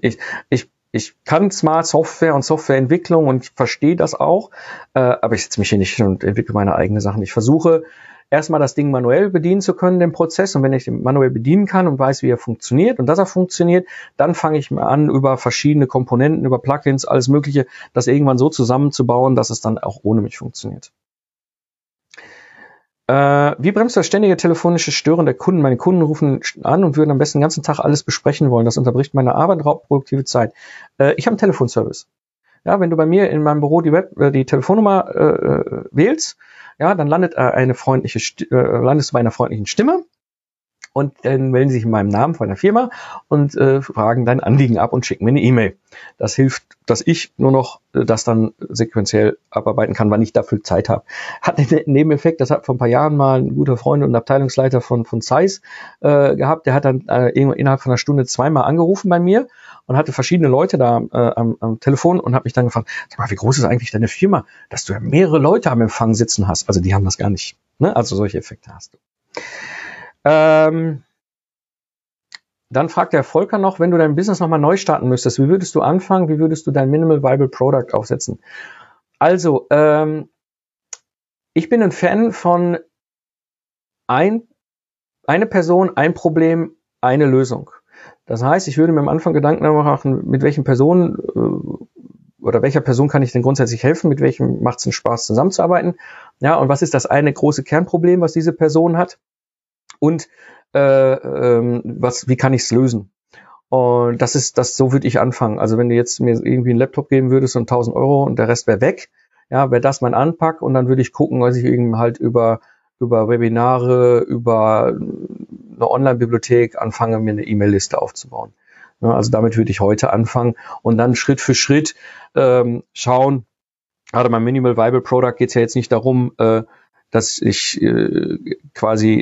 kann Smart Software und Softwareentwicklung und ich verstehe das auch, aber ich setze mich hier nicht hin und entwickle meine eigenen Sachen. Ich versuche erstmal das Ding manuell bedienen zu können, den Prozess, und wenn ich den manuell bedienen kann und weiß, wie er funktioniert und dass er funktioniert, dann fange ich mal an, über verschiedene Komponenten, über Plugins, alles Mögliche, das irgendwann so zusammenzubauen, dass es dann auch ohne mich funktioniert. Wie bremst du das ständige telefonische Stören der Kunden? Meine Kunden rufen an und würden am besten den ganzen Tag alles besprechen wollen. Das unterbricht meine Arbeit, raubt produktive Zeit. Ich habe einen Telefonservice. Ja, wenn du bei mir in meinem Büro die Telefonnummer wählst, ja, dann landest du bei einer freundlichen Stimme. Und dann melden sie sich in meinem Namen von der Firma und fragen dein Anliegen ab und schicken mir eine E-Mail. Das hilft, dass ich nur noch das dann sequenziell abarbeiten kann, wann ich dafür Zeit habe. Hat einen Nebeneffekt, das hat vor ein paar Jahren mal ein guter Freund und Abteilungsleiter von Zeiss gehabt. Der hat dann innerhalb von einer Stunde 2-mal angerufen bei mir und hatte verschiedene Leute da am Telefon und hat mich dann gefragt, sag mal, wie groß ist eigentlich deine Firma, dass du ja mehrere Leute am Empfang sitzen hast. Also die haben das gar nicht. Ne? Also solche Effekte hast du. Dann fragt der Volker noch, wenn du dein Business nochmal neu starten müsstest, wie würdest du anfangen? Wie würdest du dein Minimal Viable Product aufsetzen? Also, ich bin ein Fan von eine Person, ein Problem, eine Lösung. Das heißt, ich würde mir am Anfang Gedanken machen, mit welchen Personen oder welcher Person kann ich denn grundsätzlich helfen, mit welchem macht es einen Spaß zusammenzuarbeiten. Ja, und was ist das eine große Kernproblem, was diese Person hat? Und wie kann ich es lösen? Und so würde ich anfangen. Also wenn du jetzt mir irgendwie einen Laptop geben würdest und 1.000 Euro und der Rest wäre weg, ja, wäre das mein Anpack, und dann würde ich gucken, was ich eben halt über Webinare, über eine Online-Bibliothek anfange, mir eine E-Mail-Liste aufzubauen. Ja, also damit würde ich heute anfangen und dann Schritt für Schritt schauen. Gerade beim Minimal Viable Product geht es ja jetzt nicht darum, dass ich quasi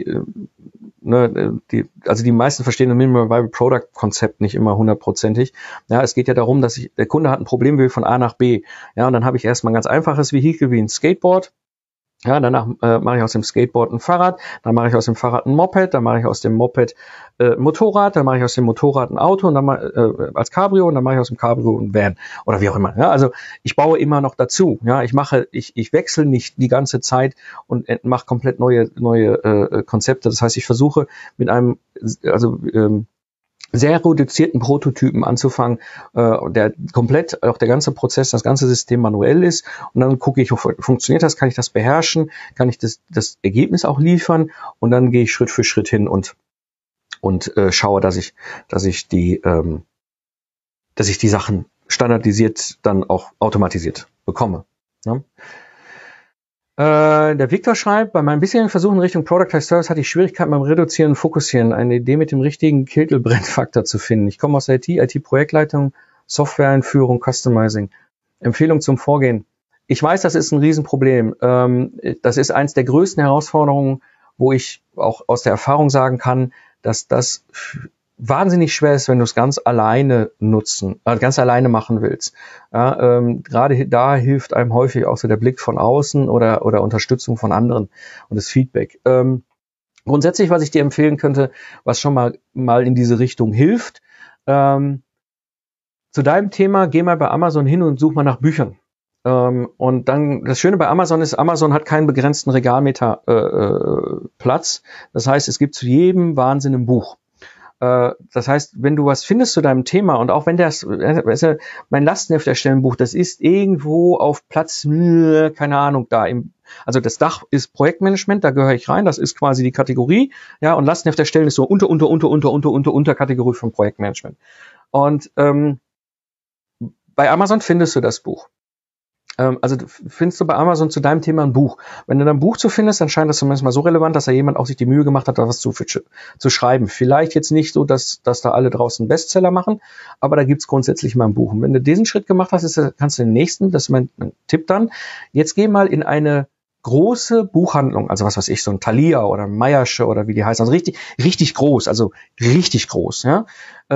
die meisten verstehen das Minimal Viable Product Konzept nicht immer hundertprozentig. Ja, es geht ja darum, dass der Kunde hat ein Problem, will von A nach B. Ja, und dann habe ich erstmal ein ganz einfaches Vehikel wie ein Skateboard. Ja, danach mache ich aus dem Skateboard ein Fahrrad, dann mache ich aus dem Fahrrad ein Moped, dann mache ich aus dem Moped Motorrad, dann mache ich aus dem Motorrad ein Auto und dann als Cabrio und dann mache ich aus dem Cabrio ein Van oder wie auch immer. Ja, also ich baue immer noch dazu. Ja, ich wechsle nicht die ganze Zeit und mache komplett neue Konzepte. Das heißt, ich versuche mit einem sehr reduzierten Prototypen anzufangen, der komplett, auch der ganze Prozess, das ganze System manuell ist. Und dann gucke ich, funktioniert das, kann ich das beherrschen, kann ich das Ergebnis auch liefern und dann gehe ich Schritt für Schritt hin und schaue, dass ich die Sachen standardisiert dann auch automatisiert bekomme. Ne? Der Victor schreibt, bei meinen bisherigen Versuchen in Richtung Product as Service hatte ich Schwierigkeiten beim Reduzieren und Fokussieren, eine Idee mit dem richtigen Kittelbrennfaktor zu finden. Ich komme aus der IT-Projektleitung, Softwareeinführung, Customizing. Empfehlung zum Vorgehen. Ich weiß, das ist ein Riesenproblem. Das ist eins der größten Herausforderungen, wo ich auch aus der Erfahrung sagen kann, dass das wahnsinnig schwer ist, wenn du es ganz alleine ganz alleine machen willst. Ja, gerade da hilft einem häufig auch so der Blick von außen oder Unterstützung von anderen und das Feedback. Grundsätzlich, was ich dir empfehlen könnte, was schon mal in diese Richtung hilft, zu deinem Thema, geh mal bei Amazon hin und such mal nach Büchern. Und dann, das Schöne bei Amazon ist, Amazon hat keinen begrenzten Regalmeter Platz. Das heißt, es gibt zu jedem Wahnsinn ein Buch. Das heißt, wenn du was findest zu deinem Thema und auch wenn mein Lastenheft-Erstellen-Buch, das ist irgendwo auf Platz, keine Ahnung, also das Dach ist Projektmanagement, da gehöre ich rein, das ist quasi die Kategorie, ja, und Lastenheft erstellen ist so Unterkategorie von Projektmanagement. Und bei Amazon findest du das Buch. Also findest du bei Amazon zu deinem Thema ein Buch. Wenn du dann ein Buch zu findest, dann scheint das zumindest mal so relevant, dass da jemand auch sich die Mühe gemacht hat, da was zu schreiben. Vielleicht jetzt nicht so, dass da alle draußen Bestseller machen, aber da gibt's grundsätzlich mal ein Buch. Und wenn du diesen Schritt gemacht hast, kannst du den nächsten, das ist mein Tipp dann, jetzt geh mal in eine große Buchhandlung, also was weiß ich, so ein Thalia oder ein Meiersche oder wie die heißen, also richtig groß, also richtig groß, ja.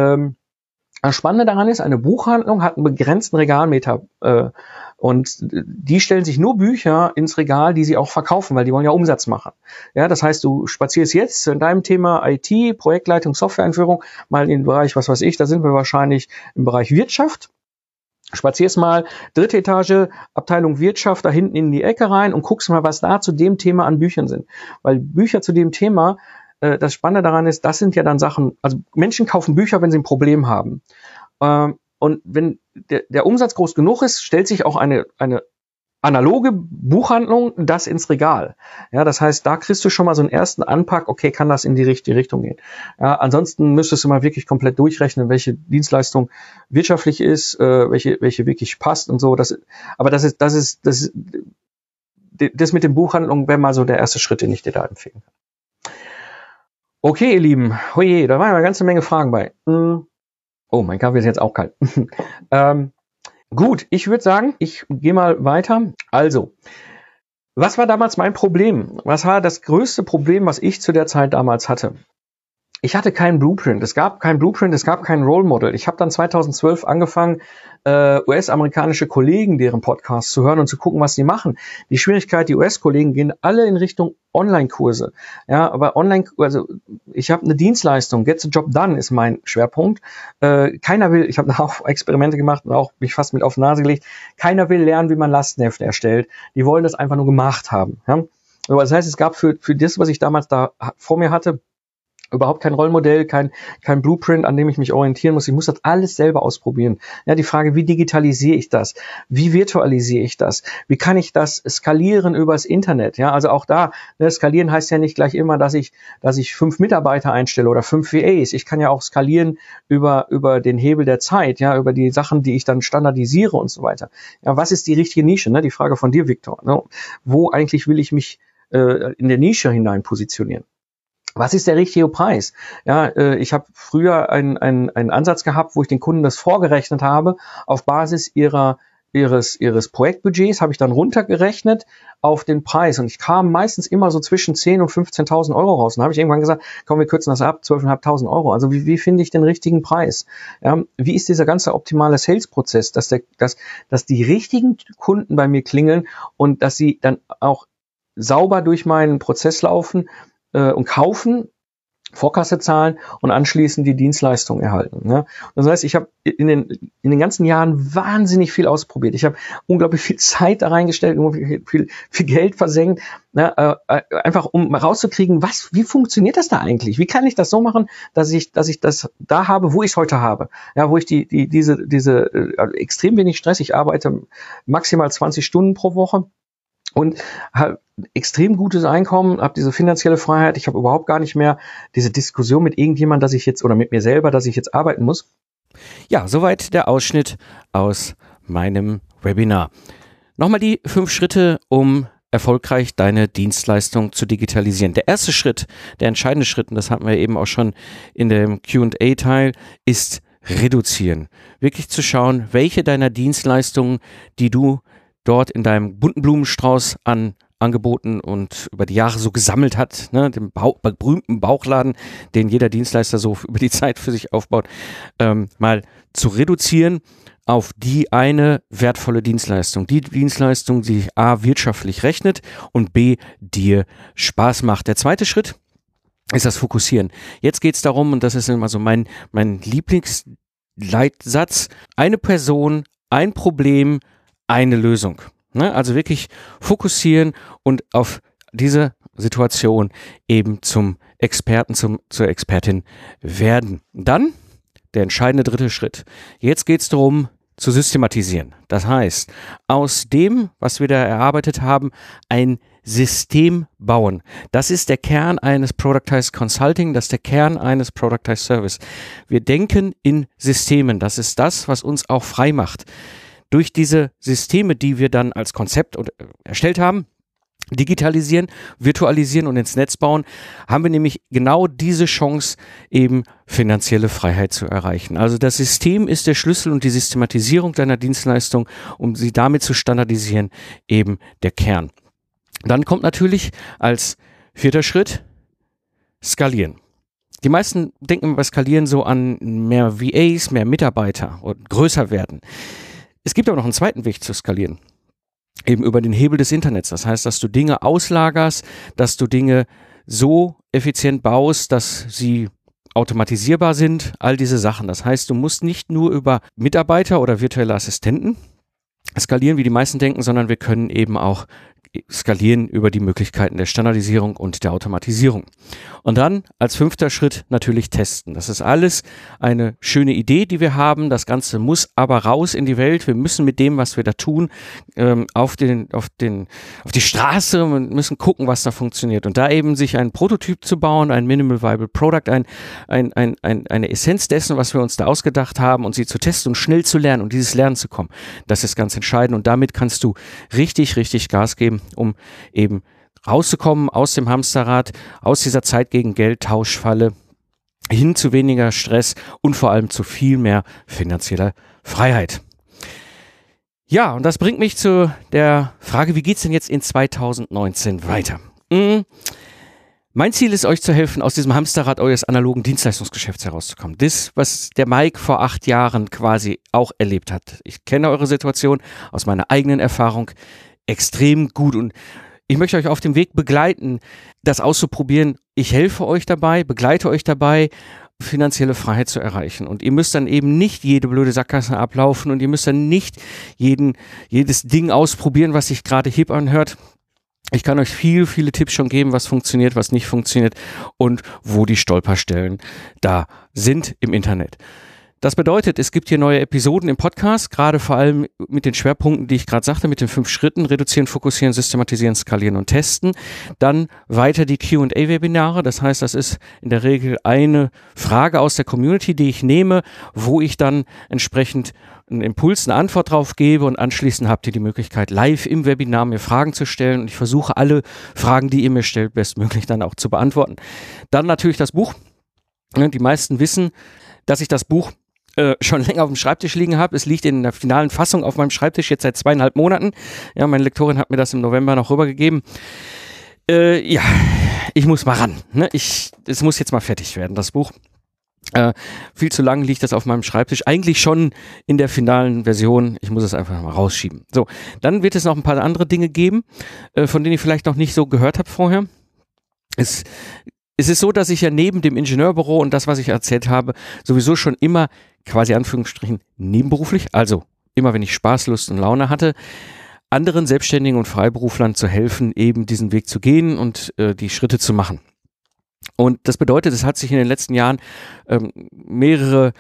Das Spannende daran ist, eine Buchhandlung hat einen begrenzten Regalmeter und die stellen sich nur Bücher ins Regal, die sie auch verkaufen, weil die wollen ja Umsatz machen. Ja, das heißt, du spazierst jetzt in deinem Thema IT, Projektleitung, Softwareeinführung mal in den Bereich, was weiß ich, da sind wir wahrscheinlich im Bereich Wirtschaft. Spazierst mal 3. Etage, Abteilung Wirtschaft, da hinten in die Ecke rein und guckst mal, was da zu dem Thema an Büchern sind. Weil Bücher zu dem Thema, das Spannende daran ist, das sind ja dann Sachen, also Menschen kaufen Bücher, wenn sie ein Problem haben. Und wenn der Umsatz groß genug ist, stellt sich auch eine analoge Buchhandlung das ins Regal. Ja, das heißt, da kriegst du schon mal so einen ersten Anpack, okay, kann das in die richtige Richtung gehen. Ja, ansonsten müsstest du mal wirklich komplett durchrechnen, welche Dienstleistung wirtschaftlich ist, welche wirklich passt und so. Das mit den Buchhandlungen wäre mal so der erste Schritt, den ich dir da empfehlen kann. Okay, ihr Lieben, oje, da waren ja eine ganze Menge Fragen bei. Oh, mein Kaffee ist jetzt auch kalt. Gut, ich würde sagen, ich gehe mal weiter. Also, was war damals mein Problem? Was war das größte Problem, was ich zu der Zeit damals hatte? Ich hatte keinen Blueprint. Es gab keinen Blueprint, es gab kein Role Model. Ich habe dann 2012 angefangen, US-amerikanische Kollegen, deren Podcasts zu hören und zu gucken, was sie machen. Die Schwierigkeit, die US-Kollegen gehen alle in Richtung Online-Kurse. Ja, aber also ich habe eine Dienstleistung, Get the Job Done ist mein Schwerpunkt. Keiner will, ich habe auch Experimente gemacht und auch mich fast mit auf die Nase gelegt, keiner will lernen, wie man Lastenhefte erstellt. Die wollen das einfach nur gemacht haben. Ja? Aber das heißt, es gab für das, was ich damals da vor mir hatte, überhaupt kein Rollmodell, kein Blueprint, an dem ich mich orientieren muss. Ich muss das alles selber ausprobieren. Ja, die Frage, wie digitalisiere ich das? Wie virtualisiere ich das? Wie kann ich das skalieren übers Internet? Ja, also auch da, skalieren heißt ja nicht gleich immer, dass ich 5 Mitarbeiter einstelle oder 5 VAs. Ich kann ja auch skalieren über den Hebel der Zeit, ja, über die Sachen, die ich dann standardisiere und so weiter. Ja, was ist die richtige Nische? Ne? Die Frage von dir, Victor. Ne? Wo eigentlich will ich mich in der Nische hinein positionieren? Was ist der richtige Preis? Ja, ich habe früher einen Ansatz gehabt, wo ich den Kunden das vorgerechnet habe auf Basis ihrer ihres Projektbudgets habe ich dann runtergerechnet auf den Preis und ich kam meistens immer so zwischen 10.000 und 15.000 Euro raus. Und dann habe ich irgendwann gesagt, komm, wir kürzen das ab, 12.500 Euro. Also wie finde ich den richtigen Preis? Ja, wie ist dieser ganze optimale Sales-Prozess, dass die richtigen Kunden bei mir klingeln und dass sie dann auch sauber durch meinen Prozess laufen und kaufen, Vorkasse zahlen und anschließend die Dienstleistung erhalten. Ne? Das heißt, ich habe in den ganzen Jahren wahnsinnig viel ausprobiert. Ich habe unglaublich viel Zeit da reingestellt, viel Geld versenkt, ne? Einfach um rauszukriegen, wie funktioniert das da eigentlich? Wie kann ich das so machen, dass ich das da habe, wo ich es heute habe? Ja, wo ich diese extrem wenig Stress. Ich arbeite maximal 20 Stunden pro Woche. Und habe extrem gutes Einkommen, habe diese finanzielle Freiheit. Ich habe überhaupt gar nicht mehr diese Diskussion mit irgendjemand, dass ich jetzt oder mit mir selber, dass ich jetzt arbeiten muss. Ja, soweit der Ausschnitt aus meinem Webinar. Nochmal die 5 Schritte, um erfolgreich deine Dienstleistung zu digitalisieren. Der erste Schritt, der entscheidende Schritt, und das hatten wir eben auch schon in dem Q&A-Teil, ist reduzieren. Wirklich zu schauen, welche deiner Dienstleistungen, die du dort in deinem bunten Blumenstrauß an Angeboten und über die Jahre so gesammelt hat, ne, dem berühmten Bauchladen, den jeder Dienstleister so über die Zeit für sich aufbaut, mal zu reduzieren auf die eine wertvolle Dienstleistung. Die Dienstleistung, die A, wirtschaftlich rechnet und B, dir Spaß macht. Der zweite Schritt ist das Fokussieren. Jetzt geht es darum, und das ist immer so mein Lieblingsleitsatz, eine Person, ein Problem, eine Lösung. Ne? Also wirklich fokussieren und auf diese Situation eben zum Experten, zur Expertin werden. Dann der entscheidende dritte Schritt. Jetzt geht es darum, zu systematisieren. Das heißt, aus dem, was wir da erarbeitet haben, ein System bauen. Das ist der Kern eines Productized Consulting, das ist der Kern eines Productized Service. Wir denken in Systemen. Das ist das, was uns auch frei macht. Durch diese Systeme, die wir dann als Konzept erstellt haben, digitalisieren, virtualisieren und ins Netz bauen, haben wir nämlich genau diese Chance, eben finanzielle Freiheit zu erreichen. Also das System ist der Schlüssel und die Systematisierung deiner Dienstleistung, um sie damit zu standardisieren, eben der Kern. Dann kommt natürlich als 4. Schritt Skalieren. Die meisten denken bei Skalieren so an mehr VAs, mehr Mitarbeiter und größer werden. Es gibt aber noch einen zweiten Weg zu skalieren, eben über den Hebel des Internets. Das heißt, dass du Dinge auslagerst, dass du Dinge so effizient baust, dass sie automatisierbar sind, all diese Sachen. Das heißt, du musst nicht nur über Mitarbeiter oder virtuelle Assistenten skalieren, wie die meisten denken, sondern wir können eben auch skalieren über die Möglichkeiten der Standardisierung und der Automatisierung. Und dann als 5. Schritt natürlich testen. Das ist alles eine schöne Idee, die wir haben. Das Ganze muss aber raus in die Welt. Wir müssen mit dem, was wir da tun, auf die Straße und müssen gucken, was da funktioniert. Und da eben sich einen Prototyp zu bauen, ein Minimal Viable Product, eine Essenz dessen, was wir uns da ausgedacht haben und sie zu testen und schnell zu lernen und dieses Lernen zu kommen. Das ist ganz entscheidend und damit kannst du richtig, richtig Gas geben, um eben rauszukommen aus dem Hamsterrad, aus dieser Zeit gegen Geld Tauschfalle hin zu weniger Stress und vor allem zu viel mehr finanzieller Freiheit. Ja, und das bringt mich zu der Frage, wie geht's denn jetzt in 2019 weiter? Mein Ziel ist, euch zu helfen, aus diesem Hamsterrad eures analogen Dienstleistungsgeschäfts herauszukommen. Das, was der Mike vor 8 Jahren quasi auch erlebt hat. Ich kenne eure Situation aus meiner eigenen Erfahrung extrem gut und ich möchte euch auf dem Weg begleiten, das auszuprobieren. Ich helfe euch dabei, begleite euch dabei, finanzielle Freiheit zu erreichen. Und ihr müsst dann eben nicht jede blöde Sackgasse ablaufen und ihr müsst dann nicht jedes Ding ausprobieren, was sich gerade hip anhört. Ich kann euch viele Tipps schon geben, was funktioniert, was nicht funktioniert und wo die Stolperstellen da sind im Internet. Das bedeutet, es gibt hier neue Episoden im Podcast, gerade vor allem mit den Schwerpunkten, die ich gerade sagte, mit den 5 Schritten, reduzieren, fokussieren, systematisieren, skalieren und testen. Dann weiter die Q&A-Webinare, das heißt, das ist in der Regel eine Frage aus der Community, die ich nehme, wo ich dann entsprechend einen Impuls, eine Antwort drauf gebe und anschließend habt ihr die Möglichkeit, live im Webinar mir Fragen zu stellen und ich versuche alle Fragen, die ihr mir stellt, bestmöglich dann auch zu beantworten. Dann natürlich das Buch. Die meisten wissen, dass ich das Buch schon länger auf dem Schreibtisch liegen habe. Es liegt in der finalen Fassung auf meinem Schreibtisch jetzt seit 2,5 Monaten. Ja, meine Lektorin hat mir das im November noch rübergegeben. Ja, ich muss mal ran. Ne? Es muss jetzt mal fertig werden, das Buch. Viel zu lang liegt das auf meinem Schreibtisch. Eigentlich schon in der finalen Version. Ich muss es einfach mal rausschieben. So, dann wird es noch ein paar andere Dinge geben, von denen ich vielleicht noch nicht so gehört habe vorher. Es ist so, dass ich ja neben dem Ingenieurbüro und das, was ich erzählt habe, sowieso schon immer, quasi Anführungsstrichen, nebenberuflich, also immer wenn ich Spaß, Lust und Laune hatte, anderen Selbstständigen und Freiberuflern zu helfen, eben diesen Weg zu gehen und die Schritte zu machen. Und das bedeutet, es hat sich in den letzten Jahren mehrere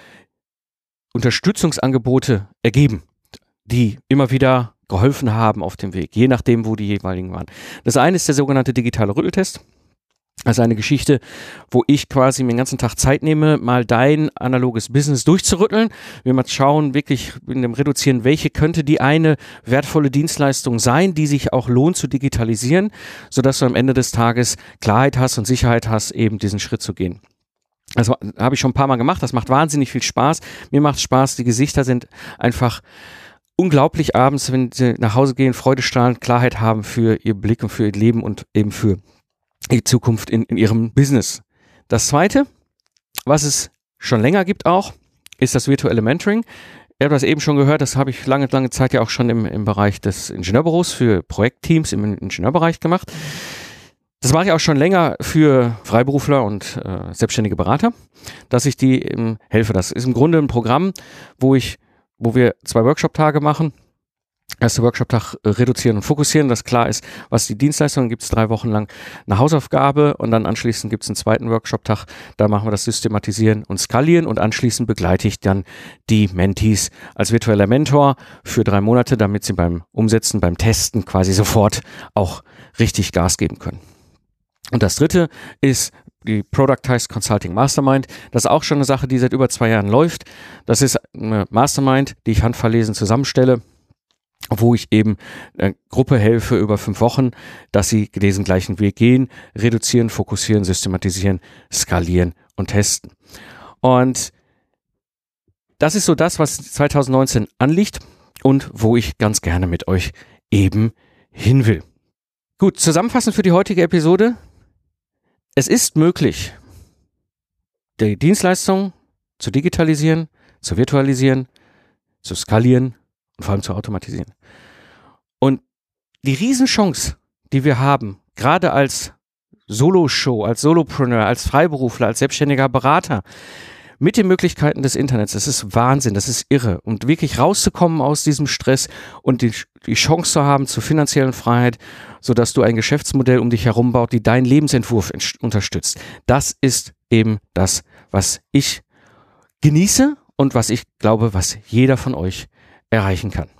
Unterstützungsangebote ergeben, die immer wieder geholfen haben auf dem Weg, je nachdem, wo die jeweiligen waren. Das eine ist der sogenannte digitale Rütteltest. Also eine Geschichte, wo ich quasi mir den ganzen Tag Zeit nehme, mal dein analoges Business durchzurütteln. Wir mal schauen, wirklich in dem Reduzieren, welche könnte die eine wertvolle Dienstleistung sein, die sich auch lohnt zu digitalisieren, sodass du am Ende des Tages Klarheit hast und Sicherheit hast, eben diesen Schritt zu gehen. Also habe ich schon ein paar Mal gemacht, das macht wahnsinnig viel Spaß. Mir macht Spaß, die Gesichter sind einfach unglaublich abends, wenn sie nach Hause gehen, freudestrahlend, Klarheit haben für ihr Blick und für ihr Leben und eben für die Zukunft in ihrem Business. Das zweite, was es schon länger gibt auch, ist das virtuelle Mentoring. Ihr habt das eben schon gehört, das habe ich lange Zeit ja auch schon im Bereich des Ingenieurbüros für Projektteams im Ingenieurbereich gemacht. Das mache ich auch schon länger für Freiberufler und selbstständige Berater, dass ich die helfe. Das ist im Grunde ein Programm, wo wir 2 Workshop-Tage machen. Erster Workshop-Tag reduzieren und fokussieren, dass klar ist, was die Dienstleistungen gibt es 3 Wochen lang eine Hausaufgabe und dann anschließend gibt es einen zweiten Workshop-Tag, da machen wir das Systematisieren und Skalieren und anschließend begleite ich dann die Mentees als virtueller Mentor für 3 Monate, damit sie beim Umsetzen, beim Testen quasi sofort richtig Gas geben können. Und das dritte ist die Productized Consulting Mastermind. Das ist auch schon eine Sache, die seit über 2 Jahren läuft. Das ist eine Mastermind, die ich handverlesen zusammenstelle, wo ich eben der Gruppe helfe über 5 Wochen, dass sie diesen gleichen Weg gehen, reduzieren, fokussieren, systematisieren, skalieren und testen. Und das ist so das, was 2019 anliegt und wo ich ganz gerne mit euch eben hin will. Gut, zusammenfassend für die heutige Episode. Es ist möglich, die Dienstleistung zu digitalisieren, zu virtualisieren, zu skalieren und vor allem zu automatisieren. Und die Riesenchance, die wir haben, gerade als Solo-Show, als Solopreneur, als Freiberufler, als selbstständiger Berater, mit den Möglichkeiten des Internets, das ist Wahnsinn, das ist irre. Und wirklich rauszukommen aus diesem Stress und die Chance zu haben zur finanziellen Freiheit, sodass du ein Geschäftsmodell um dich herum baut, die deinen Lebensentwurf unterstützt. Das ist eben das, was ich genieße und was ich glaube, was jeder von euch erreichen kann.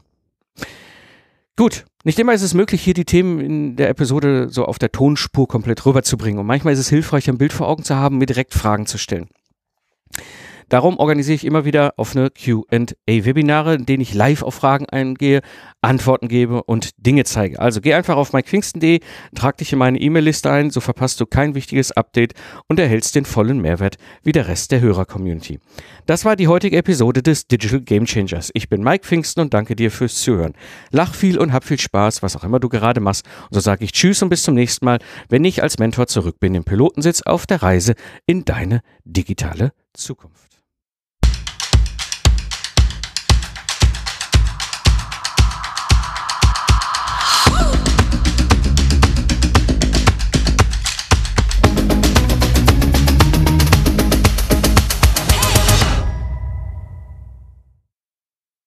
Gut, nicht immer ist es möglich, hier die Themen in der Episode so auf der Tonspur komplett rüberzubringen. Und manchmal ist es hilfreich, ein Bild vor Augen zu haben, mir direkt Fragen zu stellen. Darum organisiere ich immer wieder offene Q&A-Webinare, in denen ich live auf Fragen eingehe, Antworten gebe und Dinge zeige. Also geh einfach auf mikepfingsten.de, trag dich in meine E-Mail-Liste ein, so verpasst du kein wichtiges Update und erhältst den vollen Mehrwert wie der Rest der Hörer-Community. Das war die heutige Episode des Digital Game Changers. Ich bin Mike Pfingsten und danke dir fürs Zuhören. Lach viel und hab viel Spaß, was auch immer du gerade machst. Und so sage ich Tschüss und bis zum nächsten Mal, wenn ich als Mentor zurück bin im Pilotensitz auf der Reise in deine digitale Zukunft.